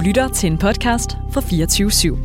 lytter til en podcast fra 24/7.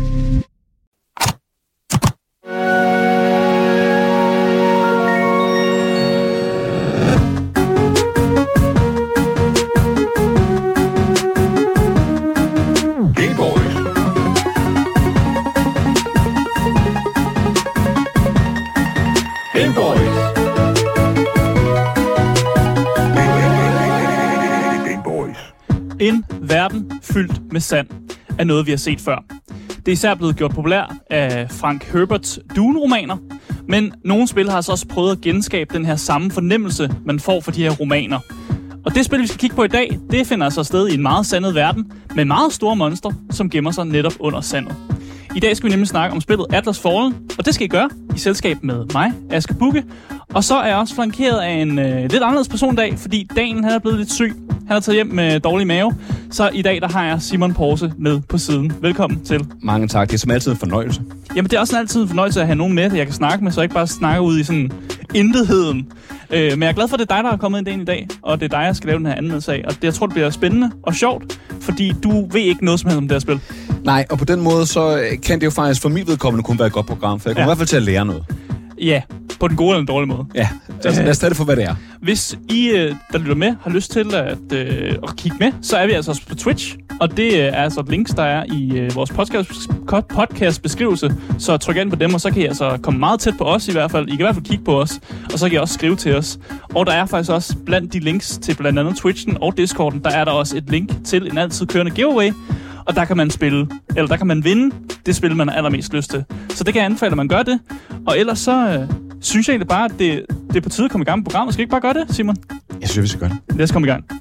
En verden fyldt med sand er noget, vi har set før. Det er især blevet gjort populært af Frank Herberts Dune-romaner, men nogle spil har altså også prøvet at genskabe den her samme fornemmelse, man får for de her romaner. Og det spil, vi skal kigge på i dag, det finder altså sted i en meget sandet verden med meget store monstre, som gemmer sig netop under sandet. I dag skal vi nemlig snakke om spillet Atlas Fallen, og det skal I gøre i selskab med mig, Aske Bugge. Og så er jeg også flankeret af en lidt anderledes person i dag, fordi Dan er blevet lidt syg. Han har taget hjem med dårlig mave, så i dag der har jeg Simon Porse med på siden. Velkommen til. Mange tak. Det er som altid en fornøjelse. Jamen det er også altid en fornøjelse at have nogen med, jeg kan snakke med, så jeg ikke bare snakker ud i sådan intetheden. Men jeg er glad for, at det er dig, der er kommet ind i dag, og det er dig, jeg skal lave den her anmeldelse af. Og jeg tror, det bliver spændende og sjovt, fordi du ved ikke noget som helst om det her spil. Nej, og på den måde, så kan det jo faktisk for mit vedkommende kun være et godt program, for jeg kommer i hvert fald til at lære noget. Ja, på den gode eller den dårlige måde. Ja, lad os tage det for, hvad det er. Hvis I, der lytter med, har lyst til at kigge med, så er vi altså også på Twitch. Og det er altså et links, der er i vores podcast-beskrivelse. Så tryk ind på dem, og så kan I altså komme meget tæt på os i hvert fald. I kan i hvert fald kigge på os, og så kan I også skrive til os. Og der er faktisk også blandt de links til blandt andet Twitchen og Discorden, der er der også et link til en altid kørende giveaway. Og der kan man spille, eller der kan man vinde det spil, man har allermest lyst til. Så det kan jeg anbefale, at man gør det. Og ellers så synes jeg egentlig bare, at det er på tide at komme i gang med programmet. Skal vi ikke bare gøre det, Simon? Jeg synes, vi skal gøre det. Lad os komme i gang.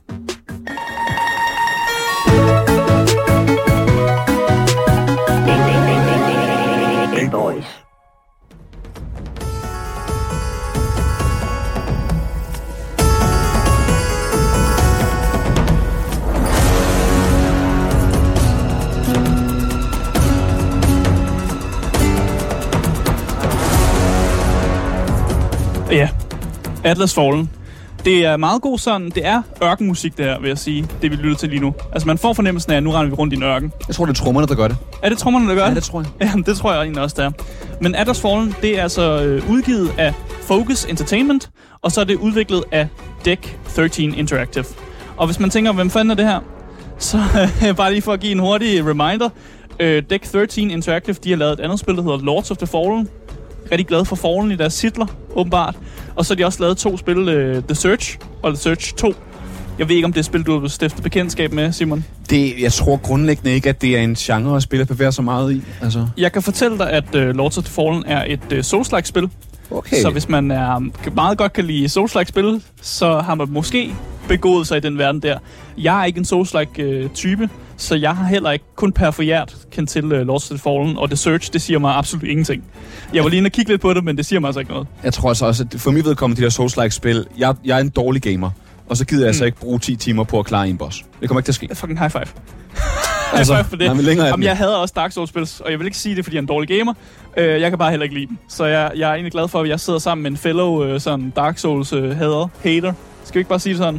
Ja, Atlas Fallen. Det er meget god sådan. Det er ørkenmusik, det her, vil jeg sige. Det vi lytter til lige nu. Altså, man får fornemmelsen af, at nu render vi rundt i en ørken. Jeg tror, det er trommerne, der gør det. Er det trommerne, der gør det? Ja, det tror jeg. Jamen, det tror jeg egentlig også, det er. Men Atlas Fallen, det er altså udgivet af Focus Entertainment, og så er det udviklet af Deck 13 Interactive. Og hvis man tænker, hvem fanden er det her? Så bare lige for at give en hurtig reminder. Deck 13 Interactive, de har lavet et andet spil, der hedder Lords of the Fallen. Rigtig glad for Fallen i deres titler, åbenbart. Og så har de også lavet 2 spil, The Search og The Search 2. Jeg ved ikke, om det er spil, du har stiftet bekendtskab med, Simon. Jeg tror grundlæggende ikke, at det er en genre, at spille bevæger så meget i. Altså. Jeg kan fortælle dig, at Lords of the Fallen er et Souls-like-spil. Okay. Så hvis man meget godt kan lide Souls-like-spil, så har man måske begået sig i den verden der. Jeg er ikke en Souls-like-type, så jeg har heller ikke kun perifert kendt til Lords of the Fallen, og The Search, det siger mig absolut ingenting. Jeg var lige inde og kigge lidt på det, men det siger mig altså ikke noget. Jeg tror altså også, at for mit vedkommende, de der Souls-like-spil, jeg er en dårlig gamer, og så gider jeg altså ikke bruge 10 timer på at klare en boss. Det kommer ikke til at ske. Fucking high five. Altså, for det. Jamen, jeg hader også Dark Souls-spil, og jeg vil ikke sige det, fordi jeg er en dårlig gamer. Jeg kan bare heller ikke lide dem. Så jeg er egentlig glad for, at jeg sidder sammen med en fellow sådan Dark Souls-hater. Skal vi ikke bare sige det sådan?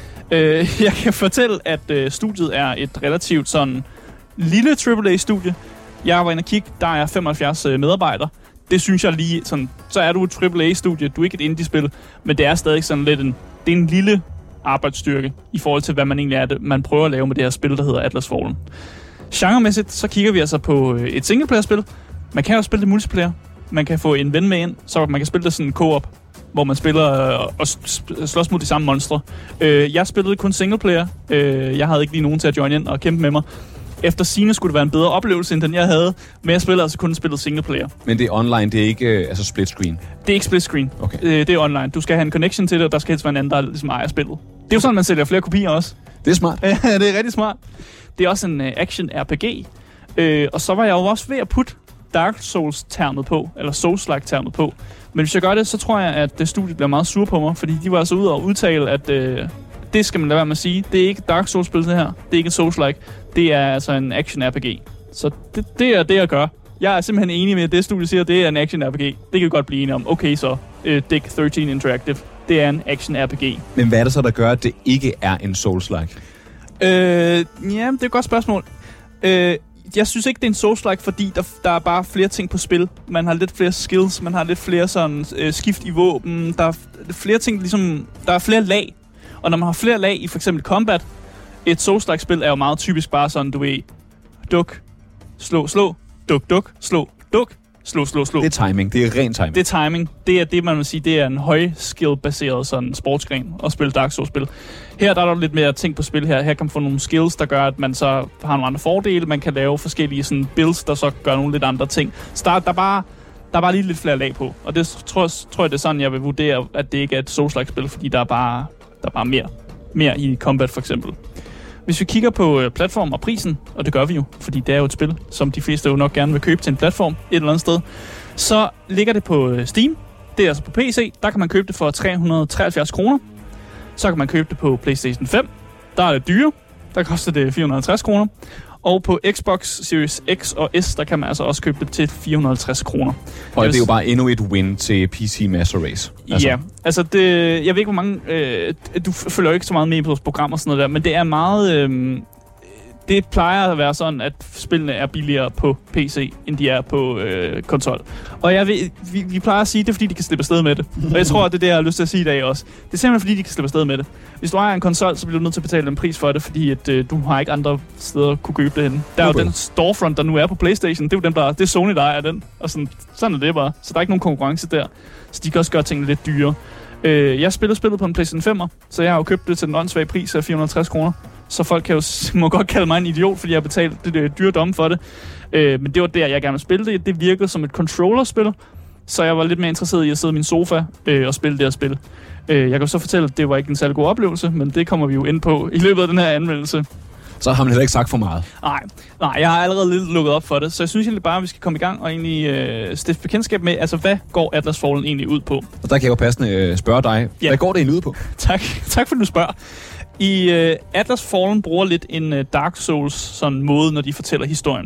Jeg kan fortælle, at studiet er et relativt sådan lille AAA-studie. Jeg var inde og kigge, der er 75 medarbejdere. Det synes jeg lige sådan, så er du et AAA-studie, du er ikke et indie-spil, men det er stadig sådan lidt det er en lille arbejdsstyrke i forhold til, hvad man egentlig er, man prøver at lave med det her spil, der hedder Atlas Fallen. Genremæssigt, så kigger vi altså på et singleplayer-spil. Man kan jo spille det multiplayer. Man kan få en ven med ind, så man kan spille det sådan co-op, hvor man spiller og slås mod de samme monstre. Jeg spillede kun singleplayer. Jeg havde ikke lige nogen til at join ind og kæmpe med mig. Efter sigende skulle det være en bedre oplevelse, end den jeg havde. Men jeg spillede altså kun spillet singleplayer. Men det er online, det er ikke split screen? Det er ikke split screen. Okay. Det er online. Du skal have en connection til det, og der skal helst være en anden, der ligesom ejer spillet. Det er jo sådan, man sælger flere kopier også. Det er smart. Ja, det er rigtig smart. Det er også en action-RPG. Og så var jeg jo også ved at putte Dark Souls-termet på, eller Souls-like-termet på. Men hvis jeg gør det, så tror jeg, at det studie bliver meget sur på mig, fordi de var altså ude og udtale, at det skal man lade være med at sige. Det er ikke Dark Souls-spil, det her. Det er ikke en Souls-like. Det er altså en action-RPG. Så det er det, jeg gør. Jeg er simpelthen enig med, at det studie siger, det er en action-RPG. Det kan vi godt blive enige om. Okay, så Deck 13 Interactive. Det er en action-RPG. Men hvad er det så, der gør, at det ikke er en Souls-like? Ja, det er et godt spørgsmål. Jeg synes ikke, det er en Souls-like, fordi der er bare flere ting på spil. Man har lidt flere skills, man har lidt flere sådan, skift i våben. Der er flere ting, ligesom, der er flere lag. Og når man har flere lag i for eksempel combat, et Souls-like-spil er jo meget typisk bare sådan, du ved, duk, slå, duk, slå, duk, slå. Det er timing. Det er ren timing. Det er timing. Det er det, man vil sige, det er en høj-skill-baseret sådan sportsgren at spille Dark Souls-spil. Her der er der lidt mere ting på spil her. Her kan man få nogle skills, der gør, at man så har nogle andre fordele. Man kan lave forskellige sådan builds, der så gør nogle lidt andre ting. Så der er bare lige lidt flere lag på. Og det tror jeg, det er sådan, jeg vil vurdere, at det ikke er et Souls-like-spil, fordi der er bare mere i combat for eksempel. Hvis vi kigger på platform og prisen, og det gør vi jo, fordi det er jo et spil, som de fleste jo nok gerne vil købe til en platform et eller andet sted, så ligger det på Steam. Det er altså på PC. Der kan man købe det for 373 kroner. Så kan man købe det på PlayStation 5. Der er det dyre. Der koster det 450 kroner. Og på Xbox Series X og S, der kan man altså også købe det til 450 kroner. Og det er jo bare endnu et win til PC Master Race. Altså. Ja, altså jeg ved ikke, hvor mange... du følger jo ikke så meget med på vores program og sådan noget der, men det er meget... det plejer at være sådan, at spillene er billigere på PC, end de er på konsol. Og jeg ved, vi plejer at sige, at det er, fordi de kan slippe afsted med det. Og jeg tror, at det er det, jeg har lyst til at sige i dag også. Det er simpelthen, fordi de kan slippe afsted med det. Hvis du ejer en konsol, så bliver du nødt til at betale en pris for det, fordi at, du har ikke andre steder at kunne købe det henne. Der er jo den storefront, der nu er på PlayStation. Det er jo dem, det er Sony, der ejer den. Og sådan er det bare. Så der er ikke nogen konkurrence der. Så de kan også gøre tingene lidt dyre. Jeg spillet på en PlayStation 5'er, så jeg har jo købt det til den åndssvage pris af 450 kroner. Så folk må godt kalde mig en idiot, fordi jeg har betalt det dyre domme for det. Men det var der, jeg gerne ville spille det. Det virkede som et controller-spil, så jeg var lidt mere interesseret i at sidde i min sofa og spille det her spil. Jeg kan jo så fortælle, at det var ikke en særlig god oplevelse, men det kommer vi jo ind på i løbet af den her anmeldelse. Så har man heller ikke sagt for meget. Nej, jeg har allerede lidt lukket op for det, så jeg synes egentlig bare, at vi skal komme i gang og egentlig stifte bekendtskab med, altså hvad går Atlas Fallen egentlig ud på? Og der kan jeg jo passende spørge dig, hvad går det egentlig ud på? Tak for, at du spørger. I Atlas Fallen bruger lidt en Dark Souls sådan måde, når de fortæller historien.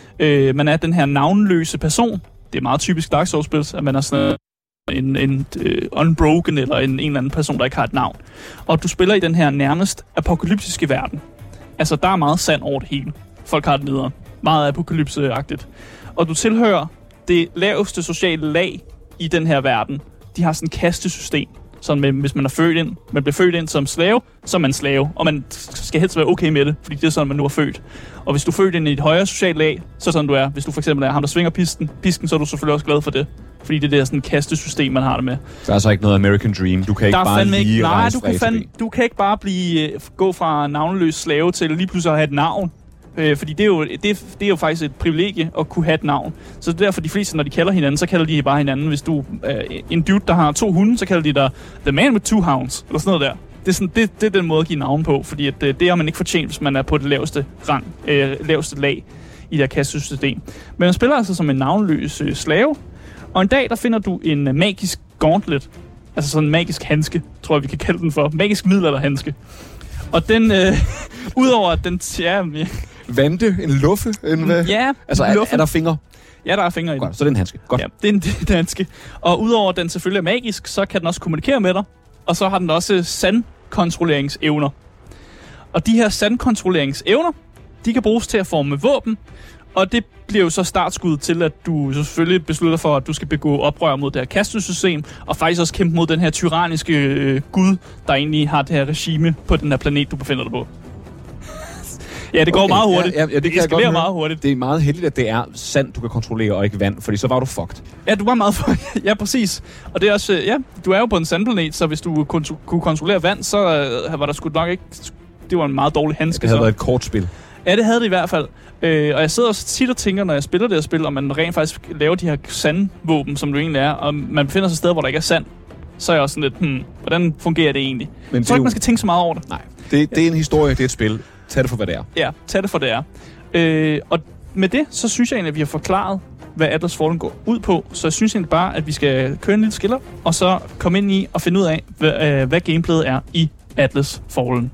Man er den her navnløse person. Det er meget typisk Dark Souls-spil, at man er sådan en unbroken eller en eller anden person, der ikke har et navn. Og du spiller i den her nærmest apokalyptiske verden. Altså, der er meget sand over det hele. Folk har det nederen. Meget apokalypseagtigt. Og du tilhører det laveste sociale lag i den her verden. De har sådan et kastesystem. Sådan med, hvis man bliver født ind som slave, så er man slave. Og man skal helst være okay med det, fordi det er sådan, man nu er født. Og hvis du er født ind i et højere socialt lag, så er sådan, du er. Hvis du for eksempel er ham, der svinger pisken, så er du selvfølgelig også glad for det. Fordi det er sådan et kastesystem, man har det med. Der er altså ikke noget American Dream. Du kan ikke bare lige rejse fra du kan ikke bare gå fra navnløs slave til lige pludselig at have et navn. Fordi det er jo faktisk et privilegie at kunne have et navn. Så det er derfor de fleste, når de kalder hinanden, så kalder de bare hinanden. Hvis du er en dude, der har 2 hunde, så kalder de dig The Man with 2 Hounds, eller sådan noget der. Det er den måde at give navn på, fordi at, det har man ikke fortjent, hvis man er på det laveste lag i det her kastesystem. Men man spiller altså som en navnløs slave, og en dag der finder du en magisk gauntlet, altså sådan en magisk handske, tror jeg vi kan kalde den for. Magisk middelalderhandske. Og den, udover at den... Vante? En luffe? Ja, altså, er der fingre? Ja, der er fingre i den. Godt, så det er en handske. Godt. Ja, det er en handske. Og udover at den selvfølgelig er magisk, så kan den også kommunikere med dig. Og så har den også sandkontrolleringsevner. Og de her sandkontrolleringsevner, de kan bruges til at forme våben. Og det bliver jo så startskud til, at du selvfølgelig beslutter for, at du skal begå oprør mod det her kastesystem, og faktisk også kæmpe mod den her tyranniske gud, der egentlig har det her regime på den her planet, du befinder dig på. Ja, det går meget hurtigt. Ja, det eskalerer meget hurtigt. Det er meget heldigt, at det er sand, du kan kontrollere, og ikke vand, fordi så var du fucked. Ja, du var meget fucked. Ja, præcis. Og det er også, du er jo på en sandplanet, så hvis du kunne kontrollere vand, så var der sgu nok ikke... Det var en meget dårlig handske. Det havde været et kort spil. Ja, det havde det i hvert fald. Og jeg sidder også tit og tænker, når jeg spiller det her spil, om man rent faktisk laver de her sandvåben, som du egentlig er, og man befinder sig steder, hvor der ikke er sand, så er jeg også sådan lidt, hvordan fungerer det egentlig? Men jeg tror ikke, man skal tænke så meget over det. Nej, det er en historie, det er et spil. Tag det for, hvad det er. Ja, tag det for, det er. Og med det, så synes jeg egentlig, at vi har forklaret, hvad Atlas Fallen går ud på. Så jeg synes egentlig bare, at vi skal køre en lille skiller, og så komme ind i og finde ud af, hvad gameplayet er i Atlas Fallen.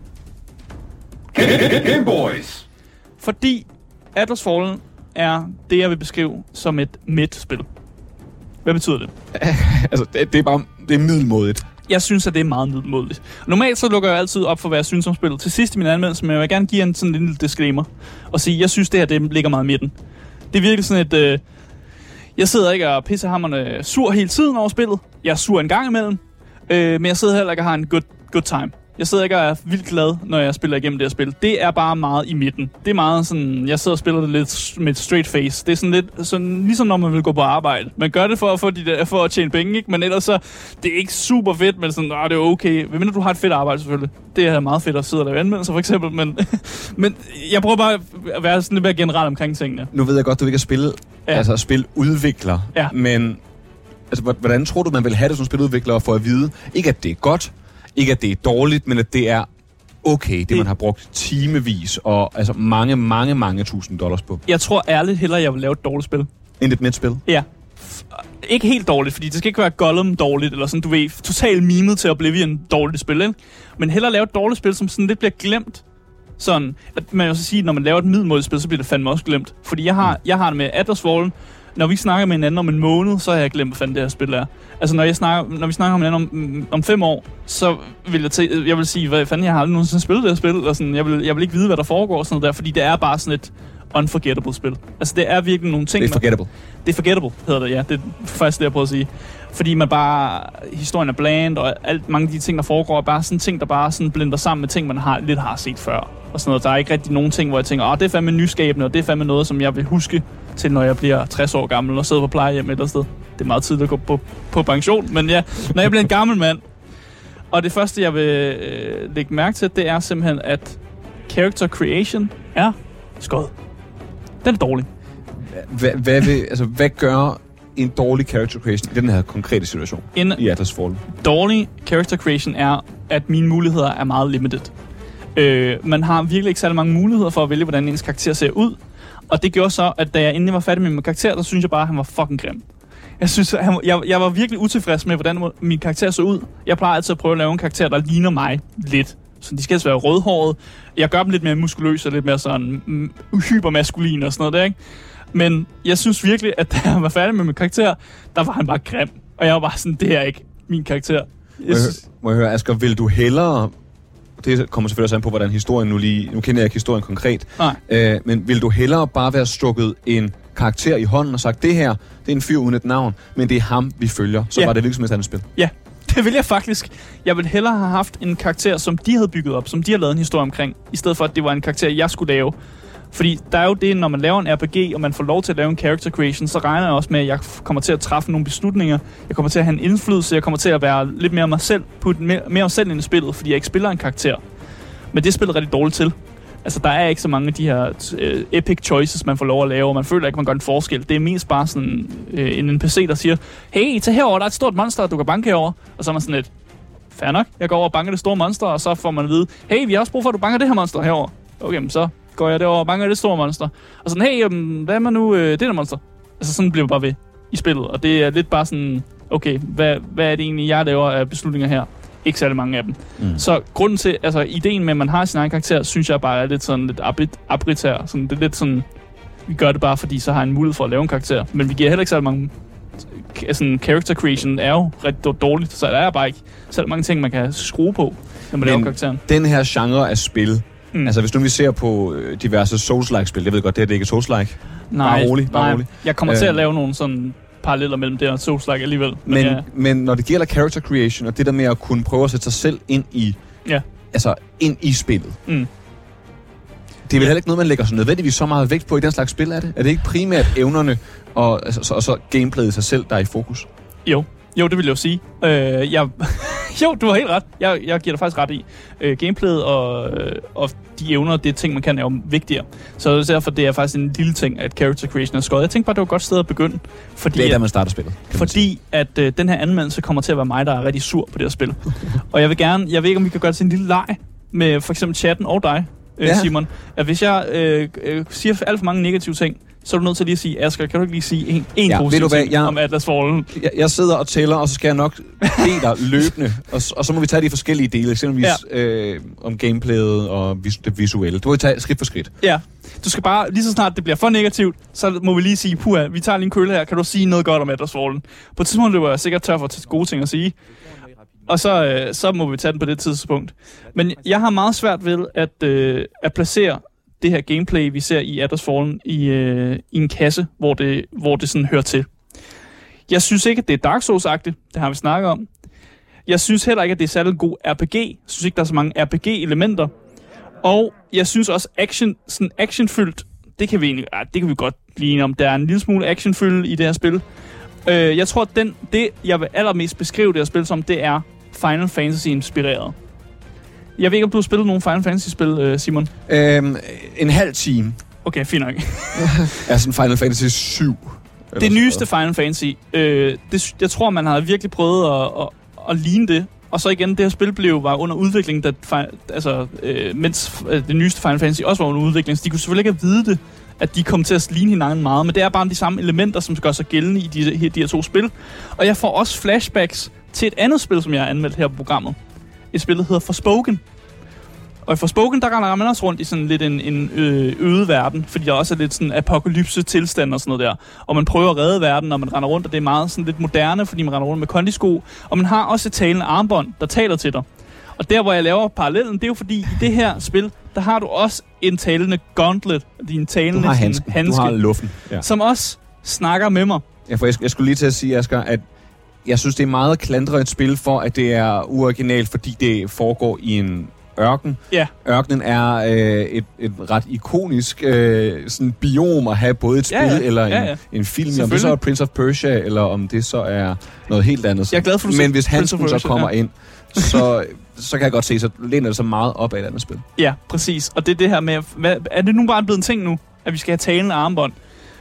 Game Boys! Fordi Atlas Fallen er det, jeg vil beskrive som et midt-spil. Hvad betyder det? Altså, det er middelmådigt. Jeg synes, at det er meget middelmådigt. Normalt så lukker jeg altid op for, hvad jeg synes om spillet. Til sidst i min anmeldelse, men jeg vil gerne give en sådan en lille disclaimer og sige, jeg synes, det her det ligger meget i midten. Det er virkelig sådan et... jeg sidder ikke og pissehammerende sur hele tiden over spillet. Jeg er sur en gang imellem. Men jeg sidder heller ikke og har en good time. Jeg sidder ikke og er vildt glad, når jeg spiller igennem det her spil. Det er bare meget i midten. Det er meget sådan, jeg sidder og spiller det lidt med et straight face. Det er sådan lidt, sådan, ligesom når man vil gå på arbejde. Man gør det for at, for at tjene penge, ikke? Men ellers så, det er ikke super fedt, men sådan, det er okay. Mindre du har et fedt arbejde selvfølgelig. Det er meget fedt at sidde og lave anmeldelser for eksempel, men jeg prøver bare at være sådan lidt mere generelt omkring tingene. Nu ved jeg godt, du ikke er spiludvikler, men altså, hvordan tror du, man vil have det som spiludvikler for at vide, ikke at det er godt, ikke at det er dårligt, men at det er okay, det man har brugt timevis og altså mange $1,000 på? Jeg tror ærligt hellere, jeg vil lave et dårligt spil. End et midt-spil? Ja. Ikke helt dårligt, fordi det skal ikke være Gollum dårligt, eller sådan, du ved, totalt mimet til Oblivion dårligt spil, ikke? Men hellere lave et dårligt spil, som sådan lidt bliver glemt. Sådan, at man jo så sige, når man laver et middelmådigt spil, så bliver det fandme også glemt. Fordi jeg har det med Atlas Fallen. Når vi snakker med hinanden om en måned, så har jeg glemt, hvad fanden det her spil er. Altså, når vi snakker med hinanden om 5 år, så vil jeg vil sige, hvad fanden, jeg har aldrig nogensinde spillet det her spil. Eller sådan, jeg vil ikke vide, hvad der foregår og sådan noget der, fordi det er bare sådan et unforgettable spil. Altså, det er virkelig nogle ting... Det er forgettable. Det er forgettable, hedder det, ja. Det er faktisk det, jeg prøver at sige. Fordi man bare... Historien er bland, og mange af de ting, der foregår, er bare sådan ting, der bare sådan blinder sammen med ting, man har set før. Og sådan noget. Der er ikke rigtig nogen ting, hvor jeg tænker, det er fandme nyskabende, og det er fandme noget, som jeg vil huske til, når jeg bliver 60 år gammel og sidder på plejehjem et eller andet sted. Det er meget tidligt at gå på pension, men ja, når jeg bliver en gammel mand. Og det første, jeg vil lægge mærke til, det er simpelthen, at character creation er skød. Den er dårlig. Hvad gør en dårlig character creation i den her konkrete situation i Atlas Fallen? Dårlig character creation er, at mine muligheder er meget limited. Man har virkelig ikke særlig mange muligheder for at vælge, hvordan ens karakter ser ud. Og det gjorde så, at da jeg endelig var færdig med min karakter, så synes jeg bare, at han var fucking grim. Jeg synes, jeg var virkelig utilfreds med, hvordan min karakter så ud. Jeg plejer altid at prøve at lave en karakter, der ligner mig lidt. Så de skal altså være rødhåret. Jeg gør dem lidt mere muskuløse og lidt mere sådan hypermaskulin og sådan noget der, ikke? Men jeg synes virkelig, at da jeg var færdig med min karakter, der var han bare grim. Og jeg var bare sådan, det er ikke min karakter. Må jeg høre, Asger, vil du hellere... Det kommer selvfølgelig også an på, hvordan historien nu kender jeg ikke historien konkret. Men vil du hellere bare være strukket en karakter i hånden og sagt, det her, det er en fyr uden et navn, men det er ham, vi følger, så var det virkelig som et andet spil? Ja, det vil jeg faktisk. Jeg ville hellere have haft en karakter, som de havde bygget op, som de har lavet en historie omkring, i stedet for, at det var en karakter, jeg skulle lave. Fordi der er jo det, når man laver en RPG, og man får lov til at lave en character creation, så regner jeg også med, at jeg kommer til at træffe nogle beslutninger. Jeg kommer til at have en indflydelse. Jeg kommer til at være lidt mere mig selv, putte mere mig selv ind i spillet, fordi jeg ikke spiller en karakter. Men det er spillet rigtig dårligt til. Altså, der er ikke så mange af de her epic choices, man får lov at lave, og man føler ikke, man gør en forskel. Det er mest bare sådan en NPC, der siger, hey, tag herover, der er et stort monster, du kan banke herover. Og så er man sådan lidt, fair nok, jeg går over og banker det store monster, og så får man at vide, hey, vi har også brug for, at du banker det her monster herover. Okay, men så går jeg derover og banker det store monster. Og sådan, hey, hvad med nu det der monster? Altså, sådan bliver det bare ved i spillet. Og det er lidt bare sådan, okay, hvad er det egentlig, jeg laver af beslutninger her? Ikke særlig mange af dem. Så grunden til, altså ideen med, at man har sin egen karakter, synes jeg bare er lidt sådan lidt arbitrær. Sådan, det er lidt sådan, vi gør det bare, fordi så har en mulighed for at lave en karakter. Men vi giver heller ikke særlig mange, sådan character creation er jo ret dårligt, så der er bare ikke særlig mange ting, man kan skrue på, når man laver karakteren. Den her genre af spil, altså hvis nu vi ser på diverse Souls-like-spil, jeg ved godt, det er ikke Souls-like. Nej, bare rolig. Jeg kommer til at lave nogle sådan paralleller mellem det og Souls-like alligevel. Men når det gælder character creation, og det der med at kunne prøve at sætte sig selv ind i, ind i spillet, det er vel heller ikke noget, man lægger så nødvendigvis så meget vægt på i den slags spil, er det? Er det ikke primært evnerne og så gameplayet i sig selv, der er i fokus? Jo, det vil jeg jo sige. Jo, du har helt ret. Jeg giver dig faktisk ret i. Gameplayet og de evner, det ting, man kan, er jo vigtigere. Så derfor det er faktisk en lille ting, at character creation er skøjet. Jeg tænkte bare, det var et godt sted at begynde. Fordi, det er der, man starter spillet. Fordi at den her anmeldelse kommer til at være mig, der er rigtig sur på det her spil. Og jeg ved ikke, om vi kan gøre det til en lille leg med for eksempel chatten og dig, Simon. At hvis jeg siger alt for mange negative ting, så er du nødt til lige at sige, Asger, kan du ikke lige sige en positiv ting om Atlas Fallen? Jeg sidder og tæller, og så skal jeg nok bede dig løbende, og så må vi tage de forskellige dele, eksempelvis om gameplayet og det visuelle. Du må tage skridt for skridt. Ja, du skal bare, lige så snart det bliver for negativt, så må vi lige sige, puha, vi tager lige en køle her, kan du sige noget godt om Atlas Fallen? På et tidspunkt var jeg sikkert tør for gode ting at sige. Og så må vi tage den på det tidspunkt. Men jeg har meget svært ved at placere det her gameplay, vi ser i Atlas Fallen, i en kasse, hvor det sådan hører til. Jeg synes ikke, at det er Dark Souls-agtigt. Det har vi snakket om. Jeg synes heller ikke, at det er særlig god RPG. Jeg synes ikke, der er så mange RPG-elementer. Og jeg synes også, sådan actionfyldt, det kan vi godt blive enige om. Der er en lille smule actionfyldt i det her spil. Jeg tror, at det, jeg vil allermest beskrive det her spil som, det er Final Fantasy-inspireret. Jeg ved ikke, om du har spillet nogle Final Fantasy-spil, Simon? En halv time. Okay, fint nok. Sådan Final Fantasy 7. Det nyeste Final Fantasy. Jeg tror, man har virkelig prøvet at ligne det. Og så igen, det her spil var under udvikling, mens det nyeste Final Fantasy også var under udvikling. Så de kunne selvfølgelig ikke vide det, at de kom til at ligne hinanden meget. Men det er bare de samme elementer, som gør sig gældende i de her to spil. Og jeg får også flashbacks til et andet spil, som jeg har anmeldt her på programmet. Et spil, der hedder Forspoken. Og i Forspoken, der render man også rundt i sådan lidt en øde verden, fordi der også er lidt sådan apokalypse-tilstand og sådan noget der. Og man prøver at redde verden, og man render rundt, og det er meget sådan lidt moderne, fordi man render rundt med kondisko. Og man har også et talende armbånd, der taler til dig. Og der, hvor jeg laver parallellen, det er jo fordi, i det her spil, der har du også en talende gauntlet, din talende handske. Du har luffen. Ja. Som også snakker med mig. Ja, for jeg skulle lige til at sige, Asger, at jeg synes, det er meget klandret et spil for, at det er uoriginalt, fordi det foregår i en ørken. Ja. Ørkenen er et ret ikonisk sådan biom at have både et spil eller en film. Om det så er Prince of Persia, eller om det så er noget helt andet. Jeg er glad for, men hvis Hansen så kommer ind, så kan jeg godt se, så læner det så meget op af et andet spil. Ja, præcis. Og det er det her med, er det nu bare blevet en ting nu, at vi skal have talende armbånd?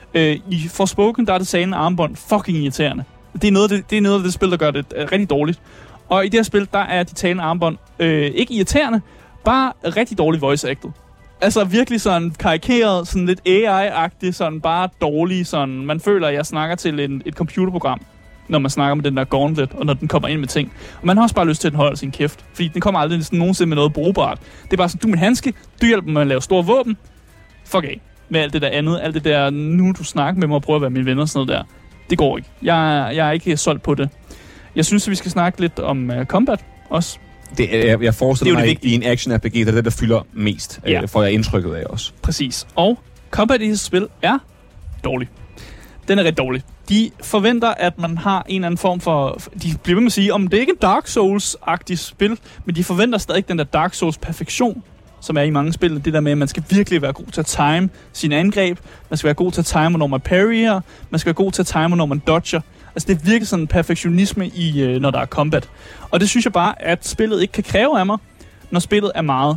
I Forspoken, der er det talende armbånd fucking irriterende. Det er noget af det spil, der gør det rigtig dårligt. Og i det her spil, der er de talende armbånd ikke irriterende, bare rigtig dårligt voice-acted. Altså virkelig sådan karikeret, sådan lidt AI-agtigt, sådan bare dårlig, sådan man føler, at jeg snakker til et computerprogram, når man snakker med den der gauntlet, og når den kommer ind med ting. Og man har også bare lyst til at holde sin kæft, fordi den kommer aldrig sådan nogensinde med noget brugbart. Det er bare sådan, du er min handske, du hjælper mig at lave store våben. Fuck af med alt det der andet, alt det der, nu du snakker med mig og prøver at være mine venner og sådan noget der. Det går ikke. Jeg er ikke solgt på det. Jeg synes, at vi skal snakke lidt om combat også. Jeg forestiller mig i en action-RPG, der er det, der fylder mest, får jeg indtrykket af også. Præcis. Og combat i det spil er dårlig. Den er rigtig dårlig. De forventer, at man har en eller anden form for... De bliver ved med at sige, om det er ikke en Dark Souls-agtigt spil, men de forventer stadig den der Dark Souls-perfektion, som er i mange spil. Det der med, at man skal virkelig være god til at time sine angreb. Man skal være god til at time, når man parryer. Man skal være god til at time, når man dodger. Altså det er virkelig sådan en perfektionisme i, når der er combat. Og det synes jeg bare, at spillet ikke kan kræve af mig, når spillet er meget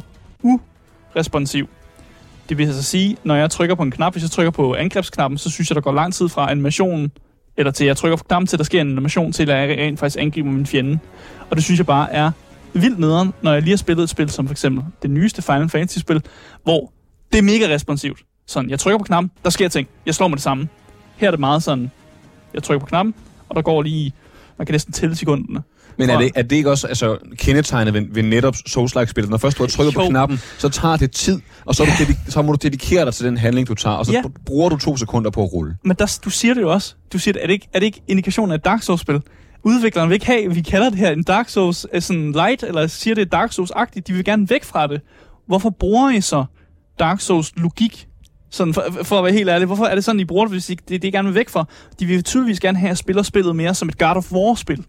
uresponsiv. Det vil altså sige, når jeg trykker på en knap, hvis jeg trykker på angrebsknappen, så synes jeg, der går lang tid fra animationen, eller til jeg trykker på knappen, til der sker en animation, til at jeg rent faktisk angriber min fjende. Og det synes jeg bare er vildt nederen, når jeg lige har spillet et spil, som for eksempel det nyeste Final Fantasy-spil, hvor det er mega responsivt. Sådan, jeg trykker på knappen, der sker ting, jeg slår med det samme. Her er det meget sådan, jeg trykker på knappen, og der går lige, man kan næsten tælle sekunderne. Men er det ikke også kendetegnet ved netop Souls-like-spillet? Når først du har trykket på knappen, så tager det tid, og så må du dedikere dig til den handling, du tager, og så bruger du 2 sekunder på at rulle. Men du siger det jo også. Du siger, er det ikke indikationen af et Dark Souls-spil? Udviklerne vil ikke have, vi kalder det her en Dark Souls sådan light, eller siger det Dark Souls-agtigt. De vil gerne væk fra det. Hvorfor bruger I så Dark Souls-logik? Sådan for at være helt ærlig, hvorfor er det sådan, I bruger det, hvis det gerne vil væk fra? De vil tydeligvis gerne have, at spillet mere som et God of War-spil.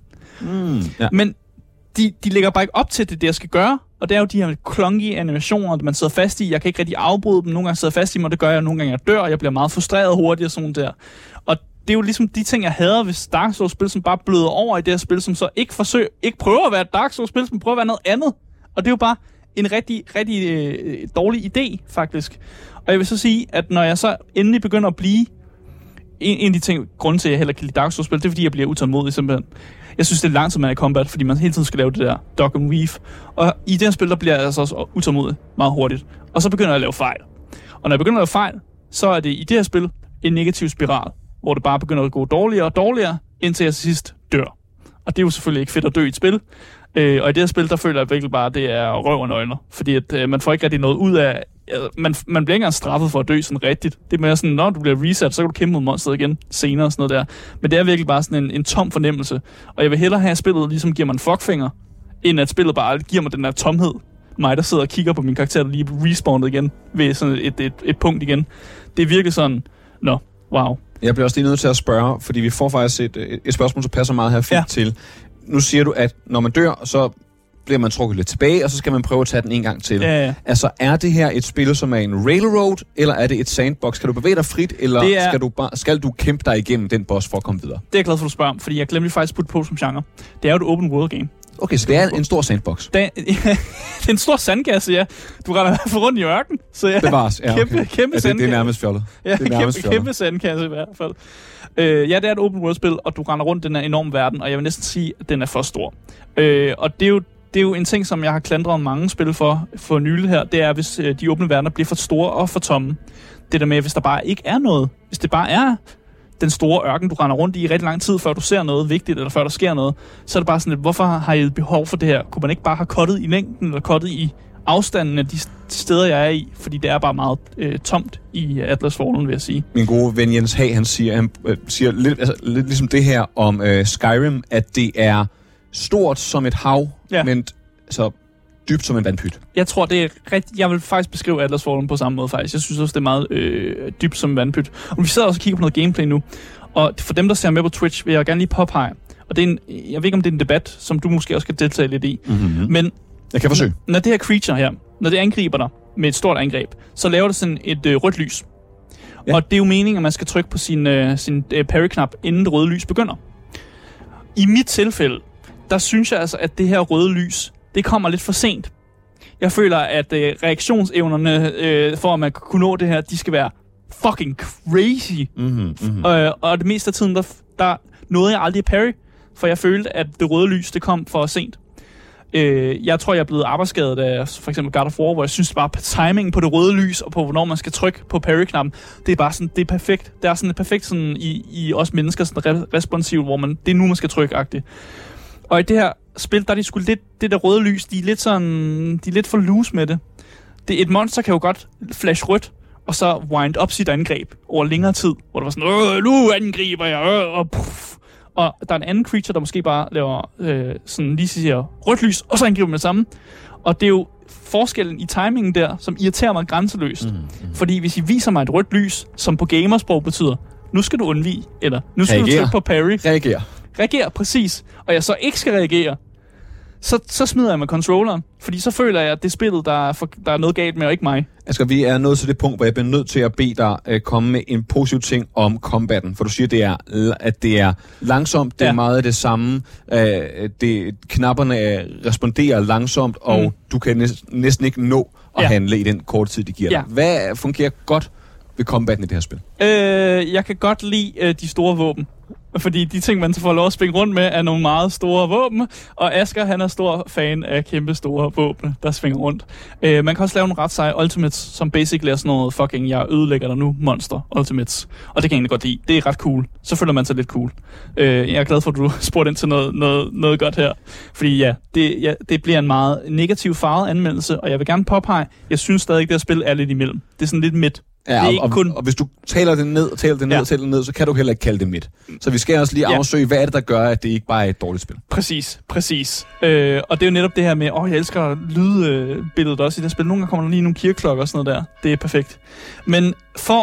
Ja. Men de lægger bare ikke op til det, jeg skal gøre, og det er jo de her clunky animationer, man sidder fast i. Jeg kan ikke rigtig afbryde dem. Nogle gange sidder jeg fast i mig, det gør jeg. Nogle gange jeg dør, og jeg bliver meget frustreret hurtigt og sådan der. Og det er jo ligesom de ting, jeg hader ved Dark Souls-spil, som bare bløder over i det her spil, som så ikke prøver at være et Dark Souls-spil, som prøver at være noget andet. Og det er jo bare en rigtig, rigtig dårlig idé, faktisk. Og jeg vil så sige, at når jeg så endelig begynder at blive... En af de ting, grunden til, at jeg heller kan lide Dark Souls-spil, det er, fordi jeg bliver utålmodig, simpelthen. Jeg synes, det er lang tid, man er i combat, fordi man hele tiden skal lave det der dodge and weave. Og i det her spil, der bliver jeg altså også utålmodig meget hurtigt. Og så begynder jeg at lave fejl. Og når jeg begynder at lave fejl, så er det i det her spil en negativ spiral, hvor det bare begynder at gå dårligere og dårligere, indtil jeg til sidst dør. Og det er jo selvfølgelig ikke fedt at dø i et spil. Og i det her spil, der føler jeg virkelig bare, at det er røv og nøgler. Fordi at, man får ikke rigtig noget ud af... Man bliver ikke engang straffet for at dø sådan rigtigt. Det er mere sådan, når du bliver reset, så kan du kæmpe mod monsteret igen senere og sådan noget der. Men det er virkelig bare sådan en tom fornemmelse. Og jeg vil hellere have, at spillet ligesom giver mig en fuckfinger, end at spillet bare giver mig den der tomhed. Mig, der sidder og kigger på min karakter, der lige er respawnet igen ved sådan et punkt igen. Det er virkelig sådan, wow. Jeg bliver også lige nødt til at spørge, fordi vi får faktisk et spørgsmål, som passer meget her fint til. Nu siger du, at når man dør, så bliver man trukket lidt tilbage, og så skal man prøve at tage den en gang til. Ja. Altså, er det her et spil, som er en railroad, eller er det et sandbox? Kan du bevæge dig frit, eller skal du kæmpe dig igennem den boss for at komme videre? Det er jeg glad for, at du spørger om, fordi jeg glemte faktisk at putte på som genre. Det er jo et open world game. Okay, så det er en stor sandbox. Det er en stor sandkasse, ja. Du render for rundt i ørken. Så ja, bevares, ja, okay. Kæmpe sandkasse. Det er nærmest fjollet. Ja, kæmpe sandkasse i hvert fald. Ja, det er et open world spil, og du render rundt i den her enorme verden, og jeg vil næsten sige, at den er for stor. Og det er jo en ting, som jeg har klandret mange spil for nylig her, det er, hvis de åbne verdener bliver for store og for tomme. Det der med, hvis der bare ikke er noget. Hvis det bare er den store ørken, du render rundt i rigtig lang tid, før du ser noget vigtigt, eller før der sker noget, så er det bare sådan lidt, hvorfor har I behov for det her? Kunne man ikke bare have cuttet i længden, eller cuttet i afstanden af de steder, jeg er i? Fordi det er bare meget tomt i Atlas Fallen, vil jeg sige. Min gode ven Jens Hag, han siger lidt ligesom det her om Skyrim, at det er stort som et hav, men så dybt som en vandpyt. Jeg tror, det er rigtigt. Jeg vil faktisk beskrive Atlas Fallen på samme måde, faktisk. Jeg synes også, det er meget dybt som en vandpyt. Og vi sidder også og kigger på noget gameplay nu. Og for dem, der ser med på Twitch, vil jeg gerne lige påpege. Og det er jeg ved ikke, om det er en debat, som du måske også kan deltage lidt i. Mm-hmm. Men jeg kan forsøge. Når det her creature her, når det angriber dig med et stort angreb, så laver det sådan et rødt lys. Ja. Og det er jo meningen, at man skal trykke på sin parry-knap, inden det røde lys begynder. I mit tilfælde, der synes jeg altså, at det her røde lys, det kommer lidt for sent. Jeg føler, at reaktionsevnerne, for at man kan kunne nå det her, de skal være fucking crazy. Og det meste af tiden, der nåede jeg aldrig parry, for jeg følte, at det røde lys, det kom for sent. Jeg tror, jeg er blevet arbejdsskadet af for eksempel God of War, hvor jeg synes bare, timingen på det røde lys, og på hvornår man skal trykke på parry-knappen, det er bare sådan, det er perfekt. Det er sådan et perfekt sådan, i os mennesker, sådan responsivt, hvor det er nu, man skal trykke-agtigt. Og i det her spil, der er de sgu lidt, det der røde lys, de er lidt for loose med det. Et monster kan jo godt flash rødt, og så wind up sit angreb over længere tid, hvor der var sådan, nu angriber jeg, og puff. Og der er en anden creature, der måske bare laver sådan lige siger rødt lys, og så angriber med det samme. Og det er jo forskellen i timingen der, som irriterer mig grænseløst. Fordi hvis I viser mig et rødt lys, som på gamersprog betyder, nu skal du undvige, eller nu skal du trykke på parry. Reager, præcis. Og jeg så ikke skal reagere, så smider jeg med controlleren. Fordi så føler jeg, at det spillet, der er noget galt med, og ikke mig. Asger, vi er nået til det punkt, hvor jeg bliver nødt til at bede dig komme med en positiv ting om combaten. For du siger, at det er langsomt, det er meget af det samme. Knapperne responderer langsomt, og du kan næsten ikke nå at handle i den korte tid, de giver dig. Hvad fungerer godt ved combaten i det her spil? Jeg kan godt lide de store våben. Fordi de ting, man så får lov at springe rundt med, er nogle meget store våben. Og Asger, han er stor fan af kæmpe store våben, der svinger rundt. Man kan også lave nogle ret seje ultimates, som basically er sådan noget fucking, jeg ødelægger dig nu, monster ultimates. Og det kan jeg egentlig godt lide. Det er ret cool. Så føler man sig lidt cool. Jeg er glad for, at du spurgte ind til noget godt her. Fordi det bliver en meget negativ farvet anmeldelse, og jeg vil gerne påpege, jeg synes stadig, at det her spil er lidt imellem. Det er sådan lidt midt. Ja, og hvis du taler det ned, så kan du heller ikke kalde det midt. Så vi skal også lige afsøge, hvad er det, der gør, at det ikke bare er et dårligt spil. Præcis. Og det er jo netop det her med, jeg elsker lydbilledet også i det spil. Nogle gange kommer der lige nogle kirkeklokker og sådan noget der. Det er perfekt. Men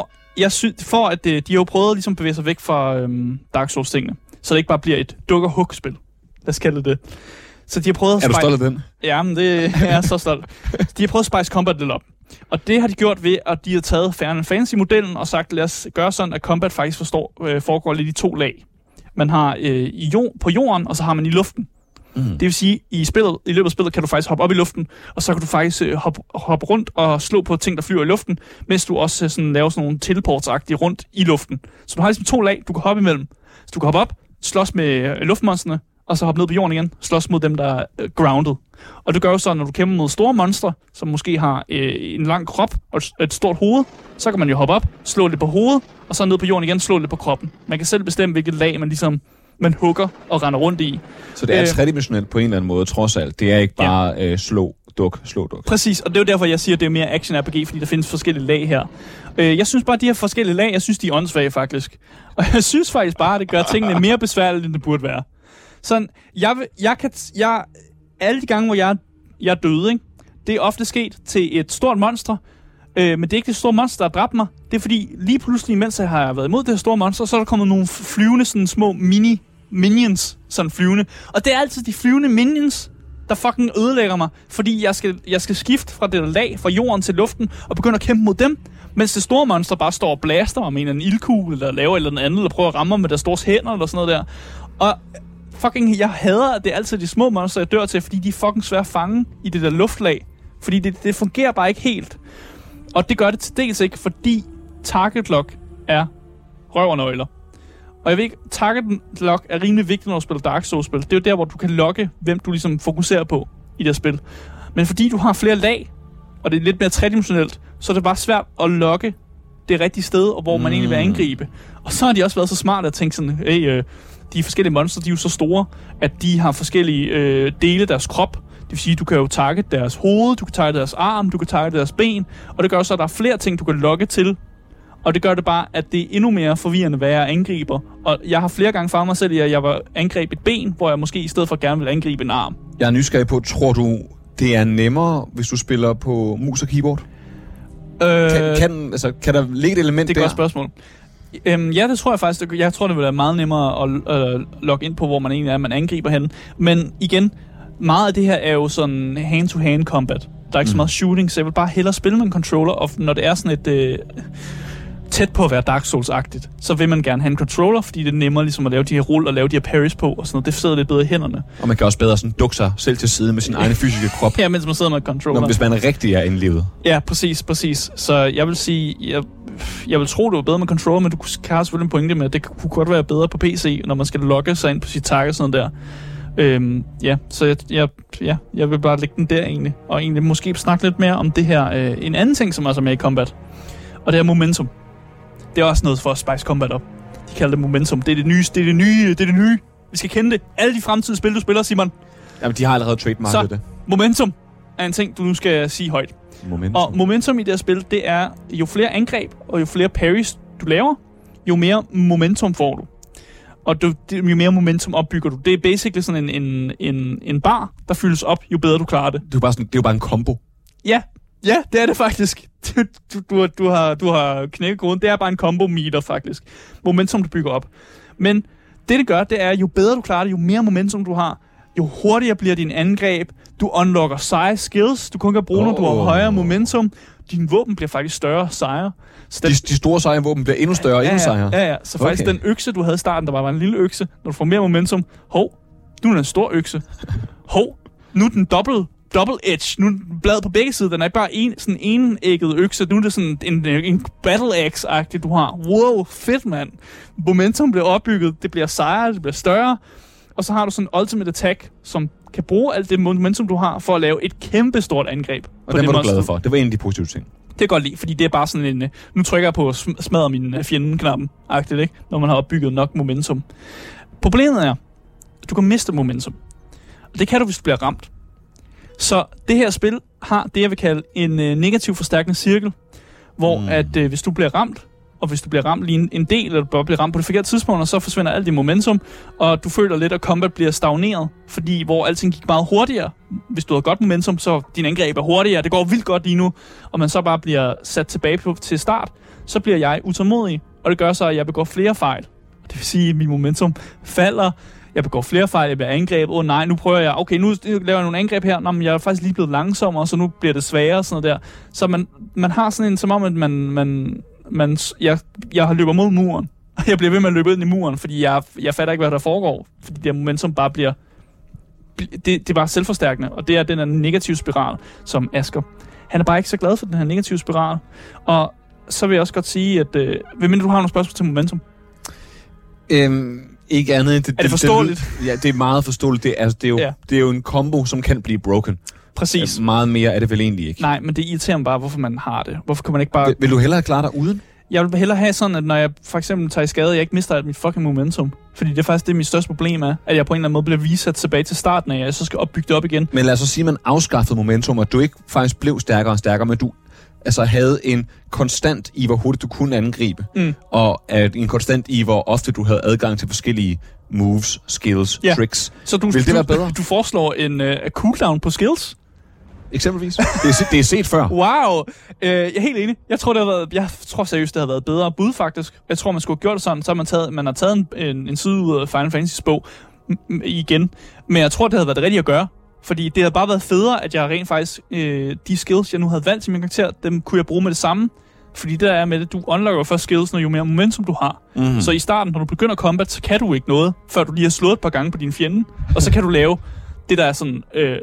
for at de har jo prøvet at ligesom bevæge sig væk fra Dark Souls-tingene, så det ikke bare bliver et dukker-hug-spil. Lad os kalde det. Så de har prøvet at Er du stolt af den? Ja, men det er så stolt. De har prøvet at spice combat lidt op. Og det har de gjort ved, at de har taget Final Fantasy-modellen og sagt, lad os gøre sådan, at combat faktisk foregår lidt i 2 lag. Man har på jorden, og så har man i luften. Det vil sige, i løbet af spillet kan du faktisk hoppe op i luften, og så kan du faktisk hoppe rundt og slå på ting, der flyver i luften, mens du også sådan, laver sådan nogle teleportsagtige rundt i luften. Så du har ligesom 2 lag, du kan hoppe imellem. Så du kan hoppe op, slås med luftmonsterne, og så hoppe ned på jorden igen, slås mod dem, der er grounded. Og det gør jo så, når du kæmper mod store monstre, som måske har en lang krop og et stort hoved, så kan man jo hoppe op, slå lidt på hovedet, og så ned på jorden igen, slå lidt på kroppen. Man kan selv bestemme, hvilket lag man hugger og render rundt i. Så det er tredimensionelt på en eller anden måde, trods alt. Det er ikke bare slå, duk. Præcis, og det er jo derfor, jeg siger, at det er mere action-RPG, fordi der findes forskellige lag her. Jeg synes bare, at de her forskellige lag, jeg synes, de er åndssvage faktisk. Og jeg synes faktisk bare, at det gør tingene mere besværligt, end det burde være. Sådan, alle de gange, hvor jeg er døde, ikke? Det er ofte sket til et stort monster, men det er ikke det store monster, der har dræbt mig. Det er fordi, lige pludselig, mens jeg har været imod det store monster, så er der kommet nogle flyvende, sådan små minions, sådan flyvende. Og det er altid de flyvende minions, der fucking ødelægger mig, fordi jeg skal skifte fra det lag, fra jorden til luften, og begynde at kæmpe mod dem, mens det store monster bare står og blaster om en eller anden ildkugle, eller laver et eller andet, eller prøver at ramme mig med deres store hænder, eller sådan noget der. Og fucking, jeg hader, at det er altid de små monster, jeg dør til, fordi de er fucking svære at fange i det der luftlag. Fordi det fungerer bare ikke helt. Og det gør det til dels ikke, fordi target lock er røv og nøgler. Og jeg ved ikke, target lock er rimelig vigtigt, når du spiller Dark Souls-spil. Det er jo der, hvor du kan logge, hvem du ligesom fokuserer på i det spil. Men fordi du har flere lag, og det er lidt mere tredimensionelt, så er det bare svært at logge det rigtige sted, og hvor man egentlig vil angribe. Og så har de også været så smarte at tænke sådan, de forskellige monster, de er jo så store, at de har forskellige dele af deres krop. Det vil sige, du kan jo target deres hoved, du kan target deres arm, du kan target deres ben, og det gør så, at der er flere ting, du kan logge til. Og det gør det bare, at det er endnu mere forvirrende, hvad jeg angriber. Og jeg har flere gange fanget mig selv i, at jeg var angreb et ben, hvor jeg måske i stedet for gerne vil angribe en arm. Jeg er nysgerrig på, tror du, det er nemmere, hvis du spiller på mus og keyboard? Kan der ligge et element der? Det er et godt spørgsmål. Ja, det tror jeg faktisk. Jeg tror, det vil være meget nemmere at logge ind på, hvor man egentlig er, man angriber hen. Men igen, meget af det her er jo sådan hand-to-hand combat. Der er ikke så meget shooting, så jeg vil bare hellere spille med en controller, og når det er sådan et tæt på at være Dark Souls-agtigt, så vil man gerne have en controller, fordi det er nemmere ligesom at lave de her rull og lave de her parries på, og sådan noget. Det sidder lidt bedre i hænderne. Og man kan også bedre sådan dukke sig selv til side med sin egen fysiske krop. Ja, mens man sidder med en controller. Hvis man rigtig er indlevet. Ja, præcis. Så jeg vil sige, jeg vil tro, det var bedre med controller, men du kan selvfølgelig en pointe med, at det kunne godt være bedre på PC, når man skal logge sig ind på sit target sådan der. Så jeg vil bare lægge den der egentlig, og egentlig måske snakke lidt mere om det her. En anden ting, som også er med i combat, og det er momentum. Det er også noget for at spice combat op. De kalder det momentum. Det er det nye. Vi skal kende det. Alle de fremtidige spil, du spiller, Simon. Jamen, de har allerede trademarket det. Momentum er en ting, du nu skal sige højt. Og momentum i det her spil, det er, jo flere angreb og jo flere parries du laver, jo mere momentum får du. Og jo mere momentum opbygger du. Det er basically sådan en bar, der fyldes op, jo bedre du klarer det. Det er jo bare en combo. Ja, det er det faktisk. Du har knækket koden. Det er bare en combo-meter, faktisk. Momentum, du bygger op. Men det gør, det er, jo bedre du klarer det, jo mere momentum du har, jo hurtigere bliver din angreb. Du unlocker seje skills. Du kun kan bruge, når du har højere momentum. Din våben bliver faktisk større og sejere. De store seje våben bliver endnu større og endnu sejere? Ja. Så faktisk den økse, du havde i starten, der var en lille økse. Når du får mere momentum, nu er den en stor økse. Nu er den double edge. Nu er den bladet på begge sider. Den er ikke bare en enægget økse. Nu er det sådan en battle axe-agtig, du har. Wow, fedt, mand. Momentum bliver opbygget. Det bliver sejere, det bliver større. Og så har du sådan en ultimate attack, som kan bruge alt det momentum, du har, for at lave et kæmpe stort angreb. Og det var du glad for. Det var en af de positive ting. Det er godt lide, fordi det er bare sådan en... Nu trykker jeg på smadre min fjenden-knappen-agtigt, ikke? Når man har opbygget nok momentum. Problemet er, at du kan miste momentum. Og det kan du, hvis du bliver ramt. Så det her spil har det, jeg vil kalde en negativ forstærkende cirkel, hvor at hvis du bliver ramt, og hvis du bliver ramt lige en del, eller du bare bliver ramt på det forkerte tidspunkt, så forsvinder alt det momentum, og du føler lidt, at combat bliver stagneret, fordi hvor alting gik meget hurtigere. Hvis du har godt momentum, så din angreb er hurtigere, det går vildt godt lige nu, og man så bare bliver sat tilbage til start, så bliver jeg utålmodig, og det gør så, at jeg begår flere fejl. Det vil sige, at min momentum falder, jeg begår flere fejl, jeg bliver angrebet, nej, nu prøver jeg, okay, nu laver jeg nogle angreb her, men jeg er faktisk lige blevet langsommere, så nu bliver det sværere, sådan noget der. Så man har sådan en, som om, at jeg har løbet mod muren. Jeg bliver ved med at løbe ind i muren, fordi jeg fatter ikke, hvad der foregår. Fordi det momentum bare bliver... Det er bare selvforstærkende, og det er den her negative spiral, som Asger. Han er bare ikke så glad for den her negative spiral. Og så vil jeg også godt sige, at... Hvem du har nogle spørgsmål til momentum? Ikke andet end... Er det forståeligt? Ja, det er meget forståeligt. Det er jo en combo, som kan blive broken. Præcis. Meget mere er det vel egentlig ikke. Nej, men det irriterer mig bare, hvorfor man har det. Hvorfor kan man ikke bare... Vil du hellere klare dig uden? Jeg vil hellere have sådan, at når jeg for eksempel tager i skade, jeg ikke mister alt mit fucking momentum. Fordi det er faktisk det, mit største problem er, at jeg på en eller anden måde bliver reset tilbage til starten af, og jeg så skal opbygge det op igen. Men lad os så sige, at man afskaffede momentum, og du ikke faktisk blev stærkere og stærkere, men du altså havde en konstant i, hvor hurtigt du kunne angribe, og en konstant i, hvor ofte du havde adgang til forskellige moves, skills, tricks. Så vil det være bedre? Du foreslår en cooldown på skills? Eksempelvis. Det er set før. Wow. Jeg er helt enig. Jeg tror seriøst, det havde været bedre bud, faktisk. Jeg tror, man skulle have gjort det sådan, så man har taget en side ud af Final Fantasy's bog igen. Men jeg tror, det havde været det rigtige at gøre. Fordi det havde bare været federe, at jeg rent faktisk, de skills, jeg nu havde valgt til min karakter, dem kunne jeg bruge med det samme. Fordi det er med det, du unlocker først skills, når jo mere momentum du har. Mm-hmm. Så i starten, når du begynder combat, så kan du ikke noget, før du lige har slået et par gange på din fjende. Og så kan du lave det, der er sådan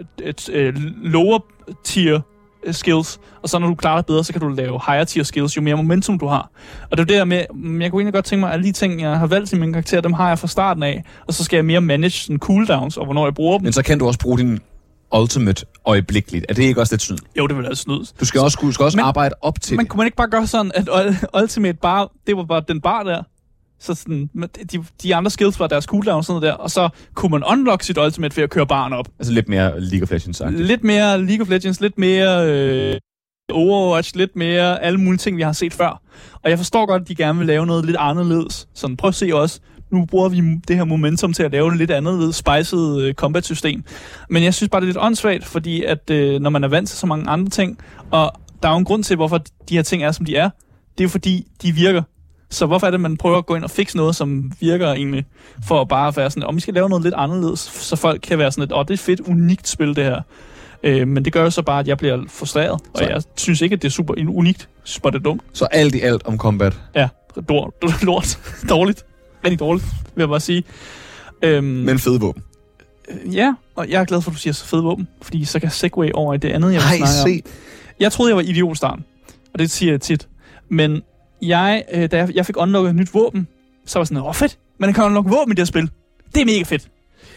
lower tier skills. Og så når du klarer det bedre, så kan du lave higher tier skills, jo mere momentum du har. Og det er det der med, jeg kunne egentlig godt tænke mig, at alle de ting, jeg har valgt til min karakter, dem har jeg fra starten af. Og så skal jeg mere manage sådan cooldowns, og hvornår jeg bruger dem. Men så kan du også bruge din ultimate øjeblikkeligt. Er det ikke også lidt snyd? Jo, det vil være snyd. Du skal også arbejde op til men kunne man ikke bare gøre sådan, at ultimate bare, det var bare den bar der? Så sådan, de andre skills var deres cooldown og sådan noget der, og så kunne man unlock sit ultimate ved at køre baren op. Altså lidt mere League of Legends sagt. Lidt mere League of Legends, lidt mere Overwatch, lidt mere alle mulige ting, vi har set før. Og jeg forstår godt, at de gerne vil lave noget lidt anderledes. Sådan, prøv at se også. Nu bruger vi det her momentum til at lave et lidt anderledes spiced combat-system. Men jeg synes bare, det er lidt åndssvagt, fordi at når man er vant til så mange andre ting, og der er jo en grund til, hvorfor de her ting er, som de er, det er jo fordi, de virker. Så hvorfor er det, man prøver at gå ind og fikse noget, som virker egentlig, for at bare være sådan, vi skal lave noget lidt anderledes, så folk kan være sådan et, det er fedt, unikt spil, det her. Men det gør jo så bare, at jeg bliver frustreret, og jeg synes ikke, at det er super unikt, så det er dumt. Så alt i alt om combat? Ja, lort. Dårligt. Rigtig dårligt, vil jeg bare sige. Men fede våben? Ja, og jeg er glad for, at du siger så fede våben, fordi så kan jeg segue over i det andet, jeg vil snakke om. Jeg troede, jeg var idiot i starten, og det siger jeg tit. Men da jeg fik unlocket et nyt våben, så var jeg sådan, fedt, man kan unlocke våben i det her spil. Det er mega fedt.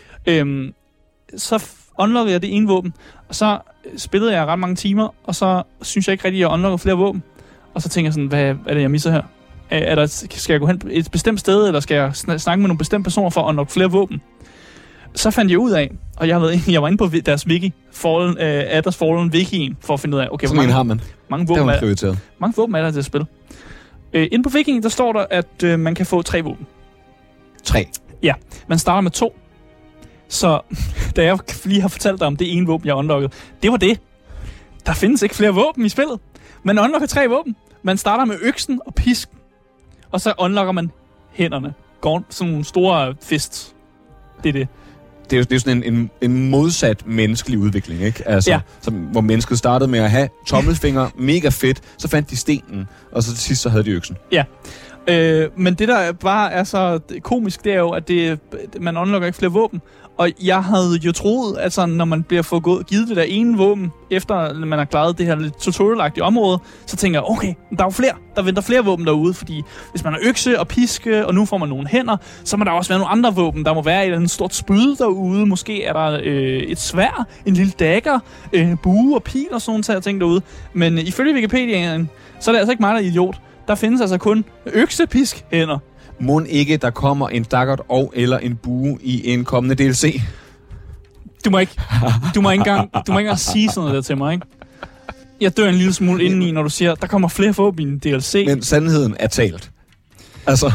Så unlockede jeg det ene våben, og så spillede jeg ret mange timer, og så synes jeg ikke rigtig, at jeg unlockede flere våben. Og så tænker jeg sådan, hvad er det, jeg misser her? Skal jeg gå hen et bestemt sted, eller skal jeg snakke med nogle bestemte personer for at unlocke flere våben? Så fandt jeg ud af, og jeg var inde på deres wiki, Adders Fallen wikien, for at finde ud af, okay, mange våben er der til at spille. Inde på wikien, der står der, at man kan få 3 våben. 3? Ja, man starter med 2. Så da jeg lige har fortalt dig om det ene våben, jeg unlockede, det var det. Der findes ikke flere våben i spillet. Man unlocker 3 våben. Man starter med øksen og pisken, og så unlocker man hænderne. Sådan nogle store fists. Det er det. Det er jo sådan en modsat menneskelig udvikling, ikke? Altså, hvor mennesket startede med at have tommelfinger, mega fedt, så fandt de stenen, og så til sidst så havde de øksen. Ja. Men det der bare er så komisk, det er jo, at man unlocker ikke flere våben. Og jeg havde jo troet, at sådan, når man bliver givet det der ene våben, efter man har klaret det her lidt tutorial-agtige område, så tænker jeg, okay, der er jo flere. Der venter flere våben derude, fordi hvis man har økse og piske, og nu får man nogle hænder, så må der også være nogle andre våben. Der må være et eller andet stort spyd derude. Måske er der et sværd, en lille dagger, bue og pil og sådan nogle ting derude. Men ifølge Wikipedia, så er det altså ikke mig, der er idiot. Der findes altså kun økse, pisk, hænder. Mon ikke, der kommer en daggert og eller en bue i en kommende DLC? Du må ikke engang sige sådan noget der til mig, ikke? Jeg dør en lille smule indeni, når du siger, der kommer flere våben i en DLC. Men sandheden er talt. Altså.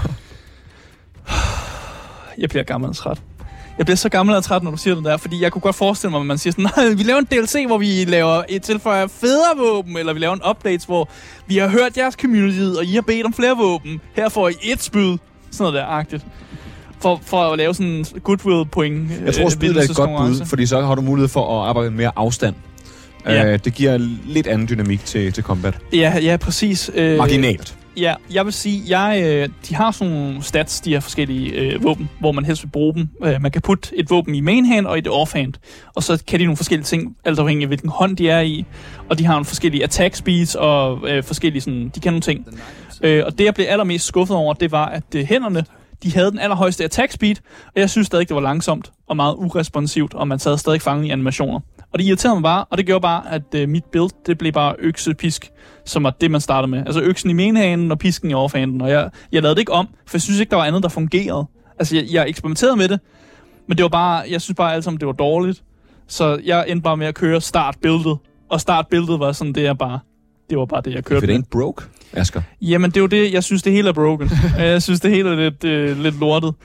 Jeg bliver gammel og træt. Jeg bliver så gammel og træt, når du siger det der, fordi jeg kunne godt forestille mig, at man siger sådan, nej, vi laver en DLC, hvor vi laver et tilføjer federe våben, eller vi laver en update, hvor vi har hørt jeres community, og I har bedt om flere våben. Her får I 1 spyd. Sådan noget der-agtigt. For at lave sådan en goodwill point. Jeg tror, spydet er et godt bud, fordi så har du mulighed for at arbejde med mere afstand. Ja. Det giver lidt anden dynamik til combat. Ja, præcis. Marginalt. Ja, jeg vil sige, de har sådan nogle stats, de her forskellige våben, hvor man helst vil bruge dem. Man kan putte et våben i main hand og i det offhand, og så kan de nogle forskellige ting, alt afhængig af hvilken hånd de er i, og de har nogle forskellige attack speeds og forskellige sådan, de kan nogle ting. Og det, jeg blev allermest skuffet over, det var, at hænderne, de havde den allerhøjeste attack speed, og jeg synes stadig, det var langsomt og meget uresponsivt, og man sad stadig fanget i animationer. Og det irriterede mig bare, og det gjorde bare, at mit build, det blev bare økse-pisk, som var det, man startede med. Altså øksen i main-handen og pisken i off-handen, og jeg lavede det ikke om, for jeg synes ikke, der var andet, der fungerede. Altså, jeg eksperimenterede med det, men det var bare, jeg synes bare alt sammen, det var dårligt. Så jeg endte bare med at køre start-buildet, og start-buildet var sådan, det er bare Det var bare det, jeg kørte med. Det er ikke broke, Asger? Jamen, det er jo det. Jeg synes, det hele er broken. Jeg synes, det hele er lidt lortet.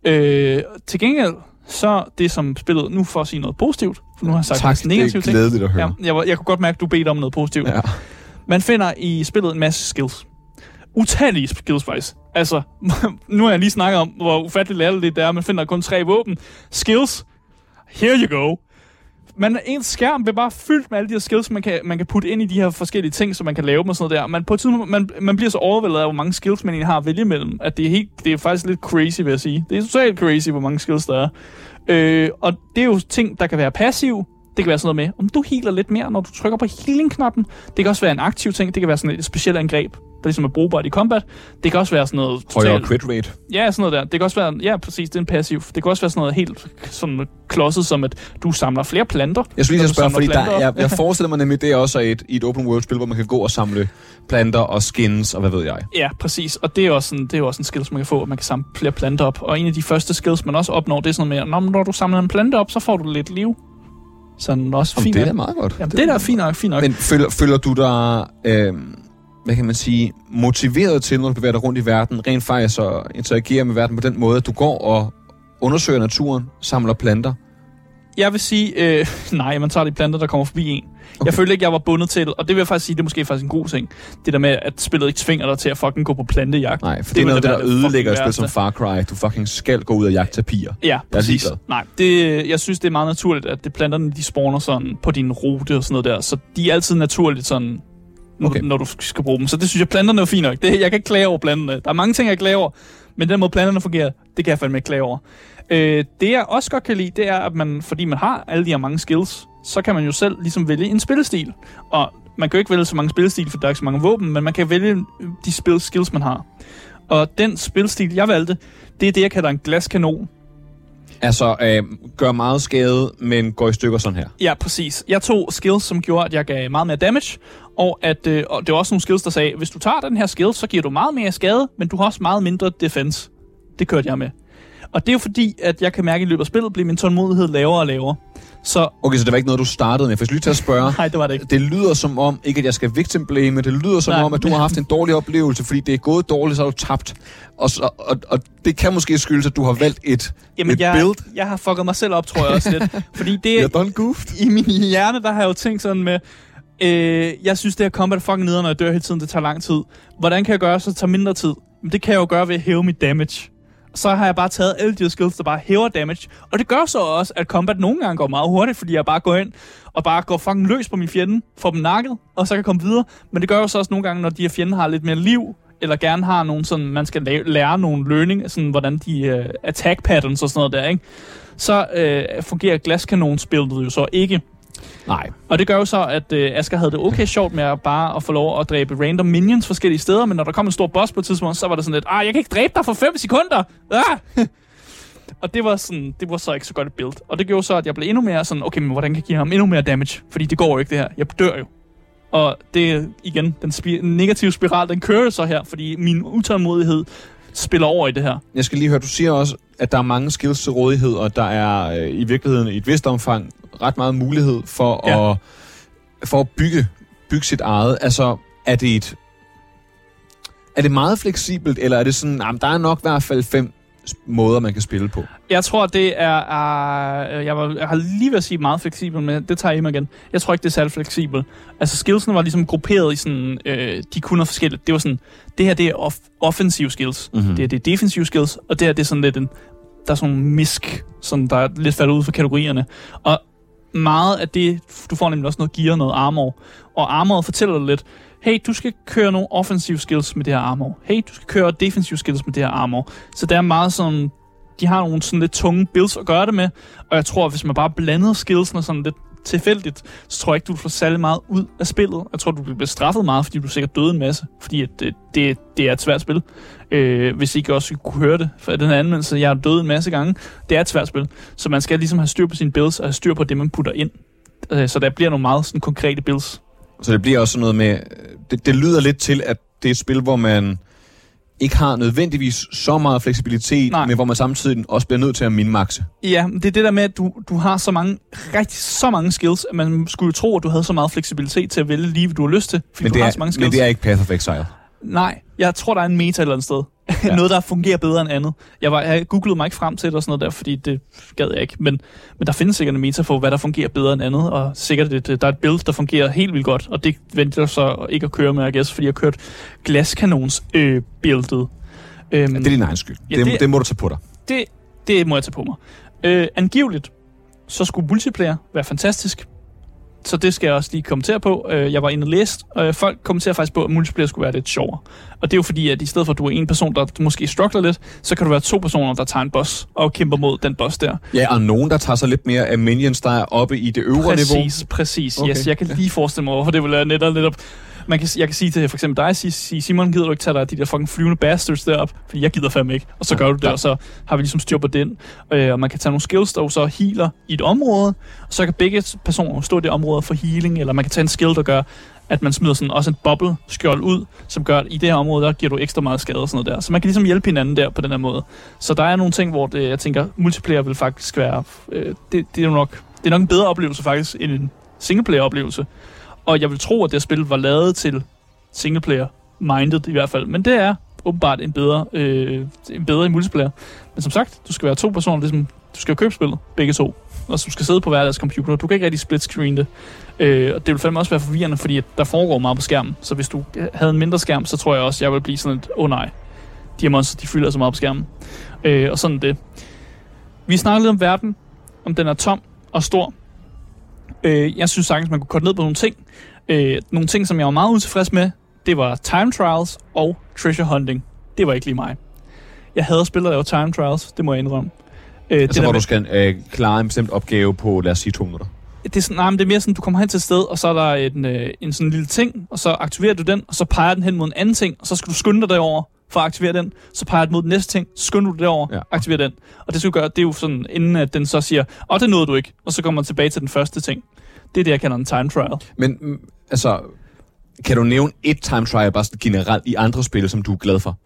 Til gengæld, så det som spillet, nu for at sige noget positivt, for nu har jeg sagt tak, negativt ting. Det er glædeligt at høre. Ja, jeg kunne godt mærke, at du bedte om noget positivt. Ja. Man finder i spillet en masse skills. Utallige skills, faktisk. Altså, nu har jeg lige snakket om, hvor ufatteligt latterligt det er. Man finder kun 3 våben. Skills. Here you go. Ens skærm bliver bare fyldt med alle de her skills, man kan putte ind i de her forskellige ting, så man kan lave dem og sådan noget der. Men på et tidspunkt, man bliver så overvældet af, hvor mange skills man egentlig har at vælge imellem, at det er faktisk lidt crazy, vil jeg sige. Det er totalt crazy, hvor mange skills der er. Og det er jo ting, der kan være passiv. Det kan være sådan noget med, om du healer lidt mere, når du trykker på healing-knappen. Det kan også være en aktiv ting. Det kan være sådan et specielt angreb, der ligesom er brugbart i combat. Det kan også være sådan noget... Højere crit rate. Ja, sådan noget der. Det kan også være... Ja, præcis, det er en passiv. Det kan også være sådan noget helt sådan klodset, som at du samler flere planter. Jeg skulle lige spørge, fordi jeg forestiller mig nemlig, det er også i et open world-spil, hvor man kan gå og samle planter og skins og hvad ved jeg. Ja, præcis. Og det er også en skill, som man kan få, at man kan samle flere planter op. Og en af de første skills, man også opnår, det er sådan noget med, når du samler en plante op, så får du lidt liv. Sådan også fint. Det er meget godt. Jamen, det er fint nok. Men føler du dig, hvad kan man sige, motiveret til, når du bevæger dig rundt i verden, rent faktisk at interagere med verden på den måde, at du går og undersøger naturen, samler planter? Jeg vil sige, nej, man tager de planter, der kommer forbi en. Okay. Jeg følte ikke, jeg var bundet til det, og det vil jeg faktisk sige, det er måske faktisk en god ting. Det der med, at spillet ikke tvinger dig til at fucking gå på plantejagt. Nej, for det er noget, der ødelægger et spil som Far Cry. Du fucking skal gå ud og jagte tapirer. Ja, præcis. Nej, jeg synes, det er meget naturligt, at planterne, de spawner sådan på din rute og sådan noget der. Så de er altid naturligt sådan, når du skal bruge dem. Så det synes jeg, planterne er fint nok. Jeg kan ikke klage over planterne. Der er mange ting, jeg klager over, men den måde, planterne fungerer, det kan jeg fandme ikke klage over. Det jeg også godt kan lide, det er, at fordi man har alle de her mange skills, så kan man jo selv ligesom vælge en spillestil. Og man kan jo ikke vælge så mange spillestil, for der er ikke så mange våben, men man kan vælge de skills, man har. Og den spillestil, jeg valgte, det er det, jeg kalder en glaskanon. Altså, gør meget skade, men går i stykker sådan her. Ja, præcis. Jeg tog skills, som gjorde, at jeg gav meget mere damage, og det var også nogle skills, der sagde, hvis du tager den her skill, så giver du meget mere skade, men du har også meget mindre defense. Det kørte jeg med. Og det er jo fordi, at jeg kan mærke, at i løbet af spillet bliver min tålmodighed lavere og lavere. Okay, så det var ikke noget, du startede med. For jeg skal lige til at spørge. Nej, det var det ikke. Det lyder som om, ikke at jeg skal victim blame, det lyder som om, at du har haft en dårlig oplevelse, fordi det er gået dårligt, så har du tabt. Og det kan måske skyldes, at du har valgt et build. Jeg har fucket mig selv op, tror jeg også lidt. Fordi det er i min hjerne, der har jeg jo tænkt sådan med, jeg synes, det her combat er fucking nederen, når jeg dør hele tiden, det tager lang tid. Hvordan kan jeg gøre, så det tager mindre tid? Men det kan jeg jo gøre ved at hæve mit damage. Så har jeg bare taget alle de skills, der bare hæver damage. Og det gør så også, at combat nogle gange går meget hurtigt, fordi jeg bare går ind og bare går fucking løs på min fjende, får dem nakket, og så kan jeg komme videre. Men det gør jo så også nogle gange, når de her fjende har lidt mere liv, eller gerne har nogle sådan, man skal lære nogle learning, sådan hvordan de attack patterns og sådan noget der, ikke? Så fungerer glaskanonspillet jo så ikke. Nej. Og det gør jo så, at Asger havde det okay sjovt med at få lov at dræbe random minions forskellige steder, men når der kom en stor boss på et tidspunkt, så var det sådan lidt, jeg kan ikke dræbe dig for 5 sekunder! Og det var så ikke så godt et build. Og det gjorde så, at jeg blev endnu mere sådan, okay, men hvordan kan jeg give ham endnu mere damage? Fordi det går jo ikke det her. Jeg dør jo. Og det er igen, den negative spiral, den kører så her, fordi min utålmodighed spiller over i det her. Jeg skal lige høre, du siger også, at der er mange skills til rådighed, og der er i virkeligheden i et vist omfang ret meget mulighed for at bygge sit eget. Altså, er det meget fleksibelt, eller er det sådan, der er nok i hvert fald 5 måder, man kan spille på? Jeg tror, det er... jeg har lige ved at sige meget fleksibelt, men det tager jeg igen. Jeg tror ikke, det er særlig fleksibelt. Altså, skillsene var ligesom grupperet i sådan... de kunne noget forskelligt. Det var sådan... Det her, det er offensive skills. Mm-hmm. Det er defensive skills. Og det her, det er sådan lidt en... Der er sådan en misk, sådan, der er lidt faldet ud for kategorierne. Og meget af det... Du får nemlig også noget gear, noget armor. Og armoret fortæller dig lidt... Hey, du skal køre nogle offensive skills med det her armor. Hey, du skal køre defensive skills med det her armor. Så det er meget sådan... De har nogle sådan lidt tunge builds at gøre det med. Og jeg tror, at hvis man bare blandede skillsene sådan lidt tilfældigt, så tror jeg ikke, du får særlig meget ud af spillet. Jeg tror, du bliver straffet meget, fordi du sikkert døde en masse. Fordi det er et svært spil. Hvis I ikke også kunne høre det fra den anmeldelse, jeg har døde en masse gange. Det er et svært spil. Så man skal ligesom have styr på sine builds og have styr på det, man putter ind. Så der bliver nogle meget sådan konkrete builds. Så det bliver også noget med... Det lyder lidt til, at det er et spil, hvor man ikke har nødvendigvis så meget fleksibilitet, men hvor man samtidig også bliver nødt til at minmaxe. Ja, det er det der med, at du har så mange skills, at man skulle jo tro, at du havde så meget fleksibilitet til at vælge lige, hvad du har lyst til, fordi du har så mange skills. Men det er ikke Path of Exile. Nej, jeg tror, der er en meta et eller andet sted. Ja. Noget, der fungerer bedre end andet. Jeg googlede mig ikke frem til det og sådan noget der, fordi det gad jeg ikke. Men der findes sikkert en meta for, hvad der fungerer bedre end andet, og sikkert der er et build, der fungerer helt vildt godt, og det venter så ikke at køre med, jeg guess, fordi jeg har kørt glaskanons-buildet. Det er din egen skyld. Ja, det må du tage på dig. Det må jeg tage på mig. Angiveligt, så skulle multiplayer være fantastisk. Så det skal jeg også lige kommentere på. Jeg var inde og læste, og folk kommenterer faktisk på, at multiplayer skulle være lidt sjovere. Og det er jo fordi, at i stedet for, at du er en person, der måske struggler lidt, så kan du være 2 personer, der tager en boss og kæmper mod den boss der. Ja, og nogen, der tager sig lidt mere af minions, der er oppe i det øvre niveau. Præcis. Okay. Yes, jeg kan lige forestille mig, hvorfor det vil være netop. Jeg kan sige til for eksempel dig, Simon, gider du ikke tage dig de der fucking flyvende bastards derop, fordi jeg gider fandme ikke. Og så gør du det, og så har vi ligesom styr på den. Og man kan tage nogle skills, der så healer i et område, og så kan begge personer stå i det område for healing, eller man kan tage en skill, der gør, at man smider sådan også en bubble-skjold ud, som gør, at i det her område, der giver du ekstra meget skade og sådan noget der. Så man kan ligesom hjælpe hinanden der på den her måde. Så der er nogle ting, hvor jeg tænker, multiplayer vil faktisk være, det er nok en bedre oplevelse faktisk, end en singleplayer-oplevelse. Og jeg vil tro, at det her spil var lavet til singleplayer-minded i hvert fald. Men det er åbenbart en bedre i multiplayer. Men som sagt, du skal være 2 personer, ligesom, du skal købe spillet, begge 2. Og du skal sidde på hver deres computer. Du kan ikke rigtig split-screen det. Og det vil fandme også være forvirrende, fordi at der foregår meget på skærmen. Så hvis du havde en mindre skærm, så tror jeg også, at jeg ville blive sådan et, nej, de her monster, de fylder så meget på skærmen. Og sådan det. Vi snakkede lidt om verden, om den er tom og stor. Jeg synes sagtens, man kunne korte ned på nogle ting. Nogle ting, som jeg var meget utilfreds med, det var time trials og treasure hunting. Det var ikke lige mig. Jeg hader spillet, der var time trials, det må jeg indrømme. Altså hvor du skal klare en bestemt opgave på, lad os sige 2 minutter? Det er mere sådan, du kommer hen til et sted, og så er der en sådan lille ting, og så aktiverer du den, og så peger den hen mod en anden ting, og så skal du skynde dig derover for at aktivere den, så peger den mod den næste ting, skynder du derover, aktiverer den. Og det skal du gøre, det er jo sådan, inden at den så siger, det nåede du ikke, og så kommer man tilbage til den første ting. Det er det, jeg kalder en time trial. Men altså, kan du nævne et time trial bare generelt i andre spil, som du er glad for?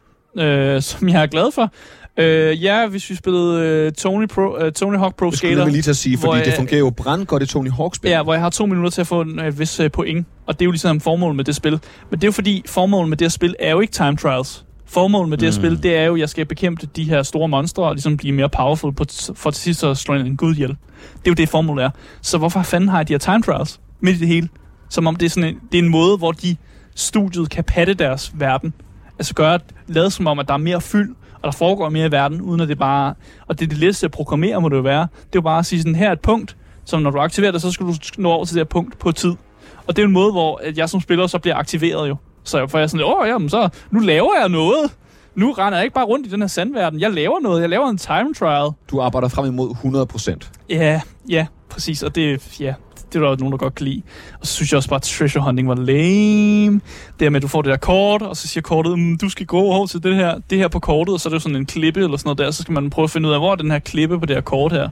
Som jeg er glad for? Ja, hvis vi spillede Tony Hawk Pro Skater. Det skulle jeg lige til at sige, fordi det fungerer jo brandgodt i Tony Hawk-spil. Ja, hvor jeg har 2 minutter til at få en vis point, og det er jo ligesom formålet med det spil. Men det er jo fordi, formålet med det her spil er jo ikke time trials. Formålet med det her spil, det er jo, at jeg skal bekæmpe de her store monstre og ligesom blive mere powerful for til sidst at slå en gud ihjel. Det er jo det, formålet er. Så hvorfor fanden har jeg de her time trials midt i det hele? Som om det er sådan det er en måde, hvor studiet kan patte deres verden. Altså lade som om, at der er mere fyld, og der foregår mere i verden, uden at det bare... Og det letteste at programmere, må det jo være. Det er jo bare at sige sådan, her er et punkt, som når du aktiverer det, så skal du nå over til det her punkt på tid. Og det er jo en måde, hvor jeg som spiller så bliver aktiveret jo. Så jeg får sådan, så nu laver jeg noget. Nu render jeg ikke bare rundt i den her sandverden. Jeg laver noget. Jeg laver en time trial. Du arbejder frem imod 100%. Ja, præcis. Og det er der jo nogen, der godt kan lide. Og så synes jeg også bare, at treasure hunting var lame. Det med, at du får det der kort, og så siger kortet, du skal gå over til det her på kortet, og så er det jo sådan en klippe eller sådan noget der, så skal man prøve at finde ud af, hvor er den her klippe på det her kort her.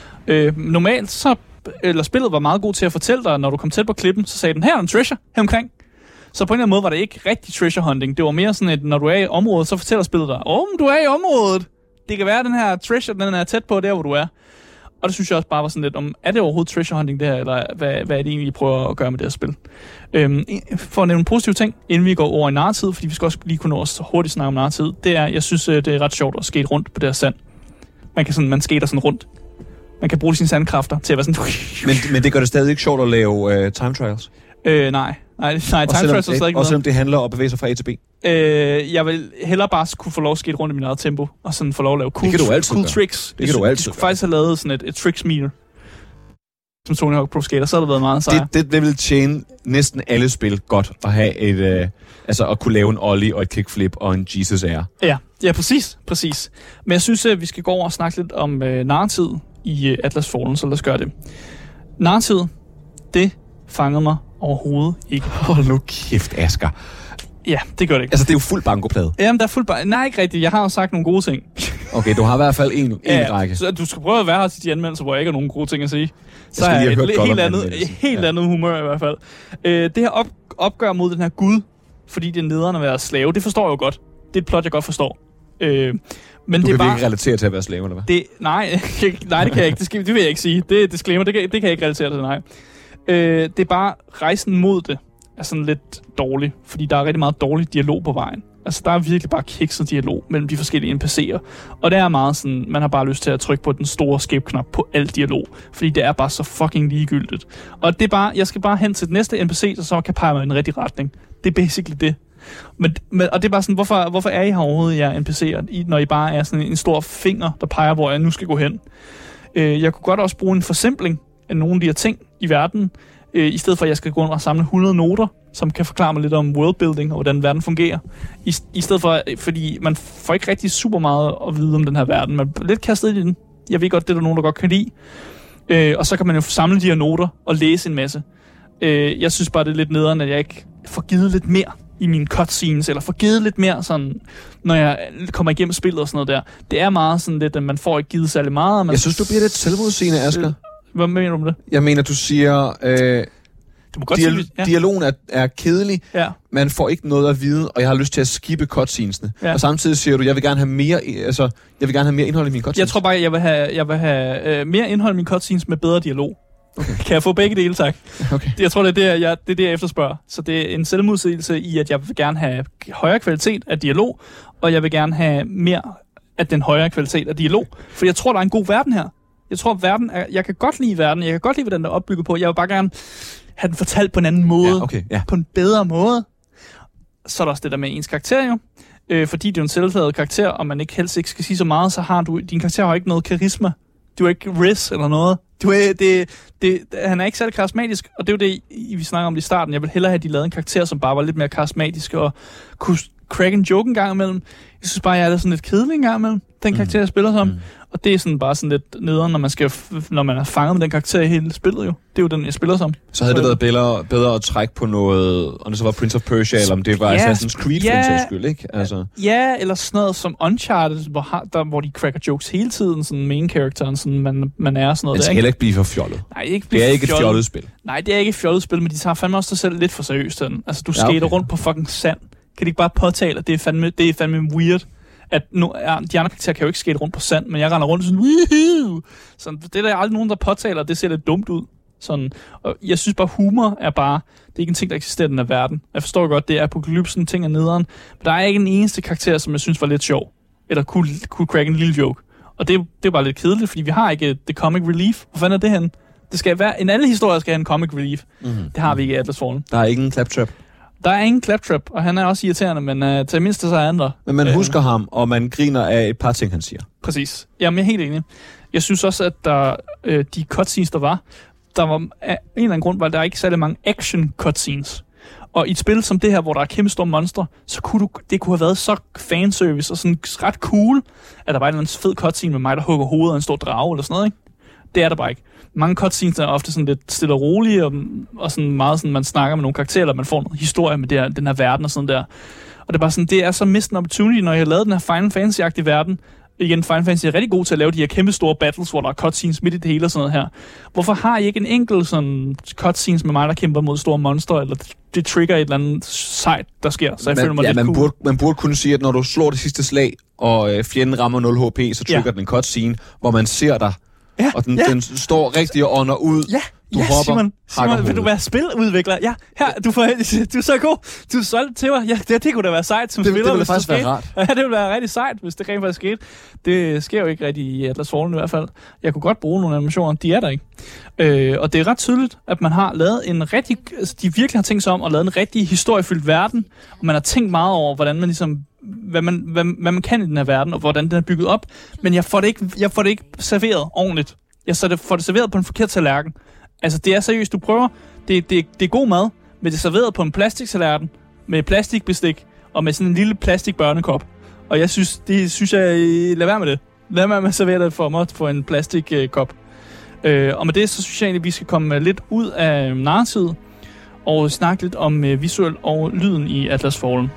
Normalt, spillet var meget god til at fortælle dig, når du kom tæt på klippen, så sagde den, her er en treasure, her omkring. Så på en eller anden måde var det ikke rigtig treasure hunting. Det var mere sådan, at når du er i området, så fortæller spillet dig, du er i området. Det kan være, den her treasure, den er tæt på der, hvor du er. Og det synes jeg også bare var sådan lidt om, er det overhovedet treasure hunting det her, eller hvad er det egentlig, I prøver at gøre med det her spil? For at nævne en positiv ting, inden vi går over i narratid, fordi vi skal også lige kunne nå os hurtigt snakke om narratid, det er, jeg synes, det er ret sjovt at skate rundt på det her sand. Man skater sådan rundt. Man kan bruge sine sandkræfter til at være sådan... Men det gør det stadig ikke sjovt at lave time trials? Nej, time trials er stadig ikke. Og selvom det handler om at bevæge sig fra A til B? Jeg vil hellere bare kunne få lov at skate rundt i mit eget tempo, og sådan få lov at lave cool tricks. Det kan du altid. De skulle faktisk have lavet sådan et tricks meter, som Tony Hawk Pro Skater, så har det været meget sejr. Det vil tjene næsten alle spil godt at have et, at kunne lave en ollie og et kickflip og en Jesus Air. Ja, præcis. Men jeg synes, at vi skal gå over og snakke lidt om narrativ i Atlas Fallen, så lad os gøre det. Narrativ, det fangede mig overhovedet ikke. Hold nu kæft, Asger. Ja, det gør det ikke. Altså, det er jo fuld bankoplade. Jamen, der er fuld bankoplade. Nej, ikke rigtigt. Jeg har jo sagt nogle gode ting. Okay, du har i hvert fald en række. Så du skal prøve at være her til de anmeldelser, hvor jeg ikke har nogen gode ting at sige. Så er jeg et helt andet humør i hvert fald. Det her opgør mod den her gud, fordi det er nederen at være slave, det forstår jeg jo godt. er et plot, jeg godt forstår. Men du kan ikke relatere til at være slave, eller hvad? Nej, det kan jeg ikke. Det vil jeg ikke sige. Det disclaimer, det kan jeg ikke relatere til, nej. Det er bare, rejsen mod det er sådan lidt dårlig, fordi der er rigtig meget dårlig dialog på vejen. Altså, der er virkelig bare kikset dialog mellem de forskellige NPC'er. Og det er meget sådan, man har bare lyst til at trykke på den store escape-knap på al dialog. Fordi det er bare så fucking ligegyldigt. Og det er bare, jeg skal bare hen til den næste NPC, der så kan pege mig i en rigtig retning. Det er basically det. Og det er bare sådan, hvorfor er I her overhovedet, jer NPC'er, når I bare er sådan en stor finger, der peger, hvor jeg nu skal gå hen? Jeg kunne godt også bruge en forsimpling af nogle af de her ting i verden, i stedet for at jeg skal gå rundt og samle 100 noter, som kan forklare mig lidt om worldbuilding og hvordan verden fungerer. I stedet for, fordi man får ikke rigtig super meget at vide om den her verden. Man er lidt kastet i den. Jeg ved godt, det er der nogen, der godt kan lide. Og så kan man jo samle de her noter og læse en masse. Jeg synes bare, det er lidt nederen, at jeg ikke får givet lidt mere i mine cutscenes, eller får givet lidt mere sådan, når jeg kommer igennem spillet og sådan noget der. Det er meget sådan lidt, at man får ikke givet særlig meget. Man jeg synes, du bliver lidt selvmodsigende, Asger. Hvad mener du om det? Jeg mener, du siger, dialogen er kedelig, man får ikke noget at vide, og jeg har lyst til at skippe cutscenesene. Ja. Og samtidig siger du, jeg vil gerne have mere, indhold i mine cutscenes. Jeg tror bare, jeg vil have mere indhold i mine cutscenes med bedre dialog. Okay. Kan jeg få begge dele, tak? Okay. Jeg tror, det er det, jeg efterspørger. Så det er en selvmodsigelse i, at jeg vil gerne have højere kvalitet af dialog, og jeg vil gerne have mere af den højere kvalitet af dialog. For jeg tror, der er en god verden her. Jeg tror, verden er... Jeg kan godt lide verden. Jeg kan godt lide, hvordan der er opbygget på. Jeg vil bare gerne have den fortalt på en anden måde. På en bedre måde. Så er der også det der med ens karakter, jo. Fordi det er en selvtaget karakter, og man helst ikke skal sige så meget, så har du... Din karakter har ikke noget karisma. Du er ikke Riz eller noget. Han er ikke særlig karismatisk, og det er jo det, vi snakker om i starten. Jeg vil hellere have, at de lavede en karakter, som bare var lidt mere karismatisk, og kunne crack en joke en gang imellem. Jeg synes bare, jeg er sådan lidt kedelig en gang imellem, den karakter, jeg spiller som. Og det er sådan bare sådan lidt nederen, når man er fanget med den karakter i hele spillet jo. Det er jo den, jeg spiller som. Så havde det været bedre at trække på noget, om det så var Prince of Persia, eller om det var Assassin's Creed for en sags skyld, ikke? Altså. Ja, eller sådan noget som Uncharted, hvor de cracker jokes hele tiden, sådan main characteren, sådan man er sådan noget. Det skal heller ikke blive for fjollet. Nej, ikke det er ikke et fjollet spil. Nej, det er ikke et fjollet spil, men de tager fandme også sig selv lidt for seriøst. Altså, du skater rundt på fucking sand. Kan de ikke bare påtale, at det er fandme weird? At de andre karakterer kan jo ikke skate rundt på sand, men jeg render rundt sådan, woohoo! Sådan, det er der aldrig nogen, der påtaler, det ser lidt dumt ud. Sådan, og jeg synes bare, humor er bare, det er ikke en ting, der eksisterer i den her verden. Jeg forstår godt, det er apokalypsen, ting er nederen, men der er ikke en eneste karakter, som jeg synes var lidt sjov, eller kunne crack en lille joke. Og det er bare lidt kedeligt, fordi vi har ikke the comic relief. Hvor fanden er det henne? Det skal være, en alle historier skal have en comic relief. Det har vi ikke i Atlas Fallen. Der er ikke en claptrap. Der er ingen claptrap, og han er også irriterende, men til mindst så er andre. Men man husker ham, og man griner af et par ting, han siger. Præcis. Jamen, jeg er helt enig. Jeg synes også, at de cutscenes, der var af en eller anden grund, var der ikke særlig mange action cutscenes. Og i et spil som det her, hvor der er kæmpe store monstre, så kunne have været så fanservice og sådan ret cool, at der var en eller anden fed cutscene med mig, der hugger hovedet af en stor drage eller sådan noget, ikke? Det er der bare ikke. Mange cutscenes er ofte sådan lidt stille og rolige, og sådan meget sådan, man snakker med nogle karakterer, eller man får noget historie med den her verden og sådan der. Og det er bare sådan, det er så missed opportunity, når jeg har lavet den her Final Fantasy-agtige verden. Igen, Final Fantasy er rigtig god til at lave de her kæmpe store battles, hvor der er cutscenes midt i det hele og sådan noget her. Hvorfor har I ikke en enkelt sådan cutscenes med mig, der kæmper mod store monstre, eller det trigger et eller andet sejt, der sker? Så jeg føler mig lidt cool. Man burde kunne sige, at når du slår det sidste slag, og fjenden rammer 0 HP, så trigger den en cutscene, hvor man ser dig. Ja, og den står rigtig og ånder ud. Ja, du hopper. Simon, vil du være spiludvikler? Ja, her, du er så god. Du er solgt til mig. Ja, det kunne da være sejt som spiller. Det ville faktisk være rart. Ja, det ville være rigtig sejt, hvis det rent faktisk skete. Det sker jo ikke rigtig i Atlas Fallen i hvert fald. Jeg kunne godt bruge nogle animationer. De er der ikke. Og det er ret tydeligt, at man har lavet en rigtig... Altså, de virkelig har tænkt sig om at lave en rigtig historiefyldt verden. Og man har tænkt meget over, hvordan man ligesom... Hvad man kan i den her verden, og hvordan den er bygget op. Men jeg får det ikke serveret ordentligt. Jeg får det serveret på en forkert tallerken. Altså, det er seriøst, du prøver. Det er god mad, men det er serveret på en plastiktallerken, med plastikbestik, og med sådan en lille plastikbørnekop. Og jeg synes, lad være med det. Lad være med at servere det for mig på en plastikkop. Og med det, så synes jeg egentlig, vi skal komme lidt ud af narrativet, og snakke lidt om visuel og lyden i Atlas Fallen.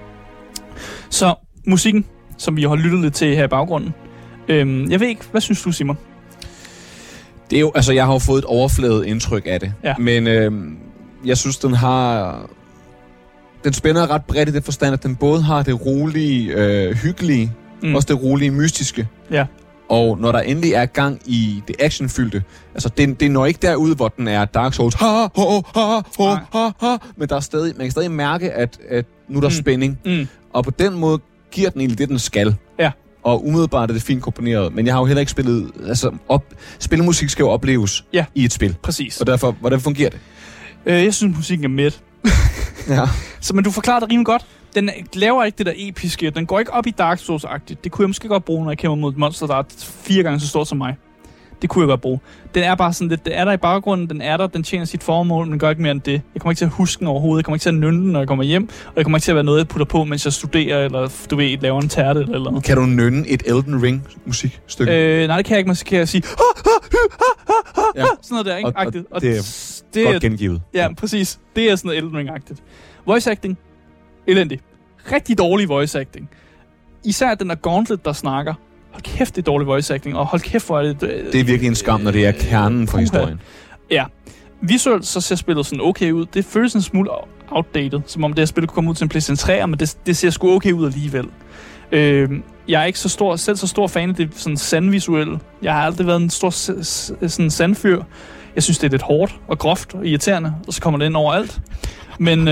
Så musikken, som vi har lyttet lidt til her i baggrunden. Jeg ved ikke, hvad synes du, Simon? Det er jo, altså jeg har jo fået et overfladet indtryk af det. Ja. Men jeg synes, den har den spænder ret bredt i det forstand, at den både har det rolige, hyggelige, også det rolige, mystiske. Ja. Og når der endelig er gang i det actionfyldte, altså det når ikke derud, hvor den er Dark Souls, men der er stadig, man kan stadig mærke, at nu er der spænding. Og på den måde giver den egentlig det, den skal. Ja. Og umiddelbart er det fint komponeret, men jeg har jo heller ikke spillet, altså spilmusik skal jo opleves i et spil. Præcis. Og derfor, hvordan fungerer det? Jeg synes, musikken er midt. Ja. Så men du forklarer det rimelig godt. Den laver ikke det der episke. Den går ikke op i Dark Souls-agtigt. Det kunne jeg måske godt bruge, når jeg kæmper mod et monster, der er 4 gange så stort som mig. Det kunne jeg godt bruge. Den er bare sådan lidt, det er der i baggrunden, den er der, den tjener sit formål, men gør ikke mere end det. Jeg kommer ikke til at huske den overhovedet, jeg kommer ikke til at nynne den, når jeg kommer hjem, og jeg kommer ikke til at være noget, jeg putter på, mens jeg studerer, eller du ved, laver en tærte eller noget. Kan du nynne et Elden Ring musikstykke? Nej, det kan jeg ikke, man kan jeg sige, ja. Sådan noget der, ikke? Og det er godt gengivet. Ja, præcis. Det er sådan noget Elden Ring-agtigt. Voice acting, elendig. Rigtig dårlig voice acting. Især den der Gauntlet, der snakker. Hold kæft, det er dårlig voice acting, og hold kæft, hvor er det... Det er virkelig en skam, når det er kernen for historien. Ja. Visuelt så ser spillet sådan okay ud. Det føles en smule outdated, som om det her spil kunne komme ud til en PlayStation 3, men det ser sgu okay ud alligevel. Jeg er ikke så stor fan af det sådan sandvisuelle. Jeg har aldrig været en stor sådan sandfyr. Jeg synes, det er lidt hårdt og groft og irriterende, og så kommer det ind overalt. Men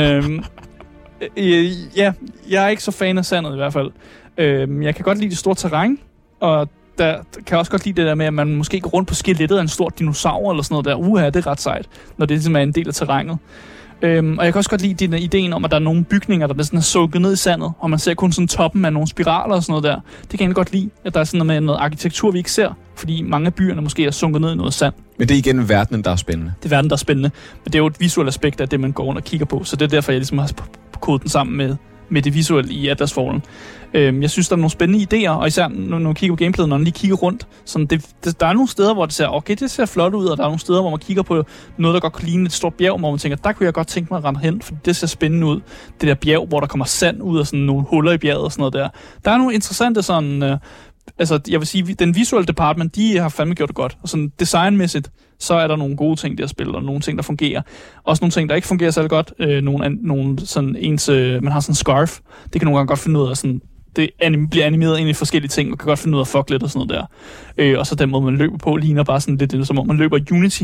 ja, jeg er ikke så fan af sandet i hvert fald. Jeg kan godt lide det store terræn, og der kan også godt lide det der med, at man måske går rundt på skelettet af en stor dinosaur eller sådan noget der. Det er ret sejt, når det ligesom er en del af terrænet. Og jeg kan også godt lide den ideen om, at der er nogle bygninger, der næsten er sunket ned i sandet, og man ser kun sådan toppen af nogle spiraler og sådan noget der. Det kan jeg egentlig godt lide, at der er sådan noget med noget arkitektur, vi ikke ser, fordi mange af byerne måske er sunket ned i noget sand. Men det er igen verdenen, der er spændende. Det er verden, der er spændende, men det er jo et visuelt aspekt af det, man går rundt og kigger på, så det er derfor, jeg ligesom har kodet den sammen med det visuelle i Atlas Fallen. Jeg synes, der er nogle spændende idéer, og især når man kigger på gameplayet, når man lige kigger rundt. Sådan der er nogle steder, hvor det ser, okay, det ser flot ud, og der er nogle steder, hvor man kigger på noget, der godt kan ligne et stort bjerg, hvor man tænker, der kunne jeg godt tænke mig at rende hen, for det ser spændende ud. Det der bjerg, hvor der kommer sand ud af sådan nogle huller i bjerget og sådan noget der. Der er nogle interessante sådan... altså, jeg vil sige, den visuelle department, de har fandme gjort det godt. Og sådan designmæssigt, så er der nogle gode ting, der spiller, og nogle ting, der fungerer. Også nogle ting, der ikke fungerer særlig godt. Nogle sådan ens, man har sådan en scarf. Det kan nogle gange godt finde ud af sådan, det bliver animeret ind i forskellige ting, og kan godt finde ud af fuck lidt og sådan noget der. Og så den måde, man løber på, ligner bare sådan lidt, som om man løber i Unity.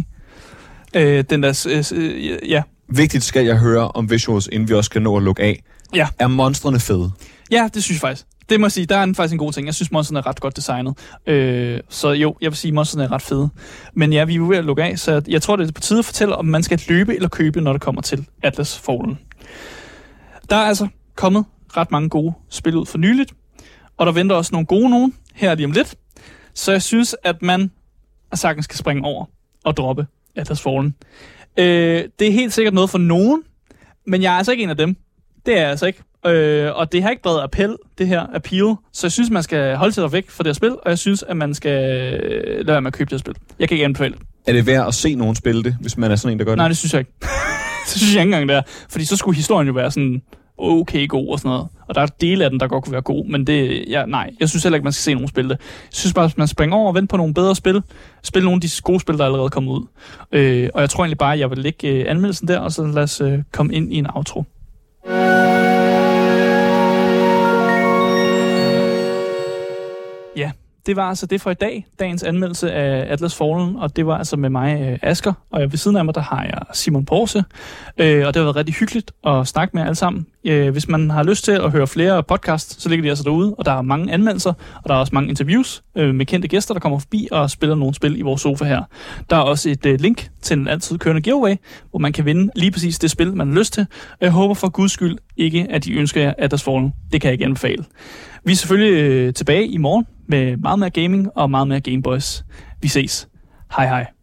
Den der, ja. Vigtigt skal jeg høre om visuals, inden vi også skal nå at lukke af. Ja. Er monstrene fede? Ja, det synes jeg faktisk. Det må jeg sige, der er faktisk en god ting. Jeg synes, monsterne er ret godt designet. Så jo, jeg vil sige, monsterne er ret fede. Men ja, vi er ved at lukke af, så jeg tror, det er på tide at fortælle, om man skal løbe eller købe, når det kommer til Atlas Fallen. Der er altså kommet ret mange gode spil ud for nyligt, og der venter også nogle gode nogen her lige om lidt. Så jeg synes, at man sagtens skal springe over og droppe Atlas Fallen. Det er helt sikkert noget for nogen, men jeg er altså ikke en af dem. Det er jeg altså ikke. Og det har ikke bred appeal, så jeg synes, man skal holde sig væk fra det her spil, og jeg synes, at man skal lade være med at købe det her spil. Jeg kan ikke anbefale det. Er det værd at se nogen spille det, hvis man er sådan en, der gør det? Nej, det synes jeg ikke. Det synes jeg ikke engang, det er. Fordi så skulle historien jo være sådan okay god og sådan noget. Og der er dele af den, der godt kunne være god, men det, nej, jeg synes heller ikke, man skal se nogen spille det. Jeg synes bare, at man springer over og venter på nogle bedre spil. Spil nogle af de gode spil, der er allerede kommet ud. Og jeg tror egentlig bare, at jeg vil lægge anmeldelsen der, og så lad os komme ind i en outro. Ja, det var altså det for i dag, dagens anmeldelse af Atlas Fallen, og det var altså med mig, Asger, og ved siden af mig, der har jeg Simon Porse, og det har været rigtig hyggeligt at snakke med jer alle sammen. Hvis man har lyst til at høre flere podcasts, så ligger de altså derude, og der er mange anmeldelser, og der er også mange interviews med kendte gæster, der kommer forbi og spiller nogle spil i vores sofa her. Der er også et link til en altid kørende giveaway, hvor man kan vinde lige præcis det spil, man har lyst til, og jeg håber for guds skyld ikke, at de ønsker jer Atlas Fallen. Det kan jeg ikke anbefale. Vi er selvfølgelig tilbage i morgen med meget mere gaming og meget mere Gameboys. Vi ses. Hej hej.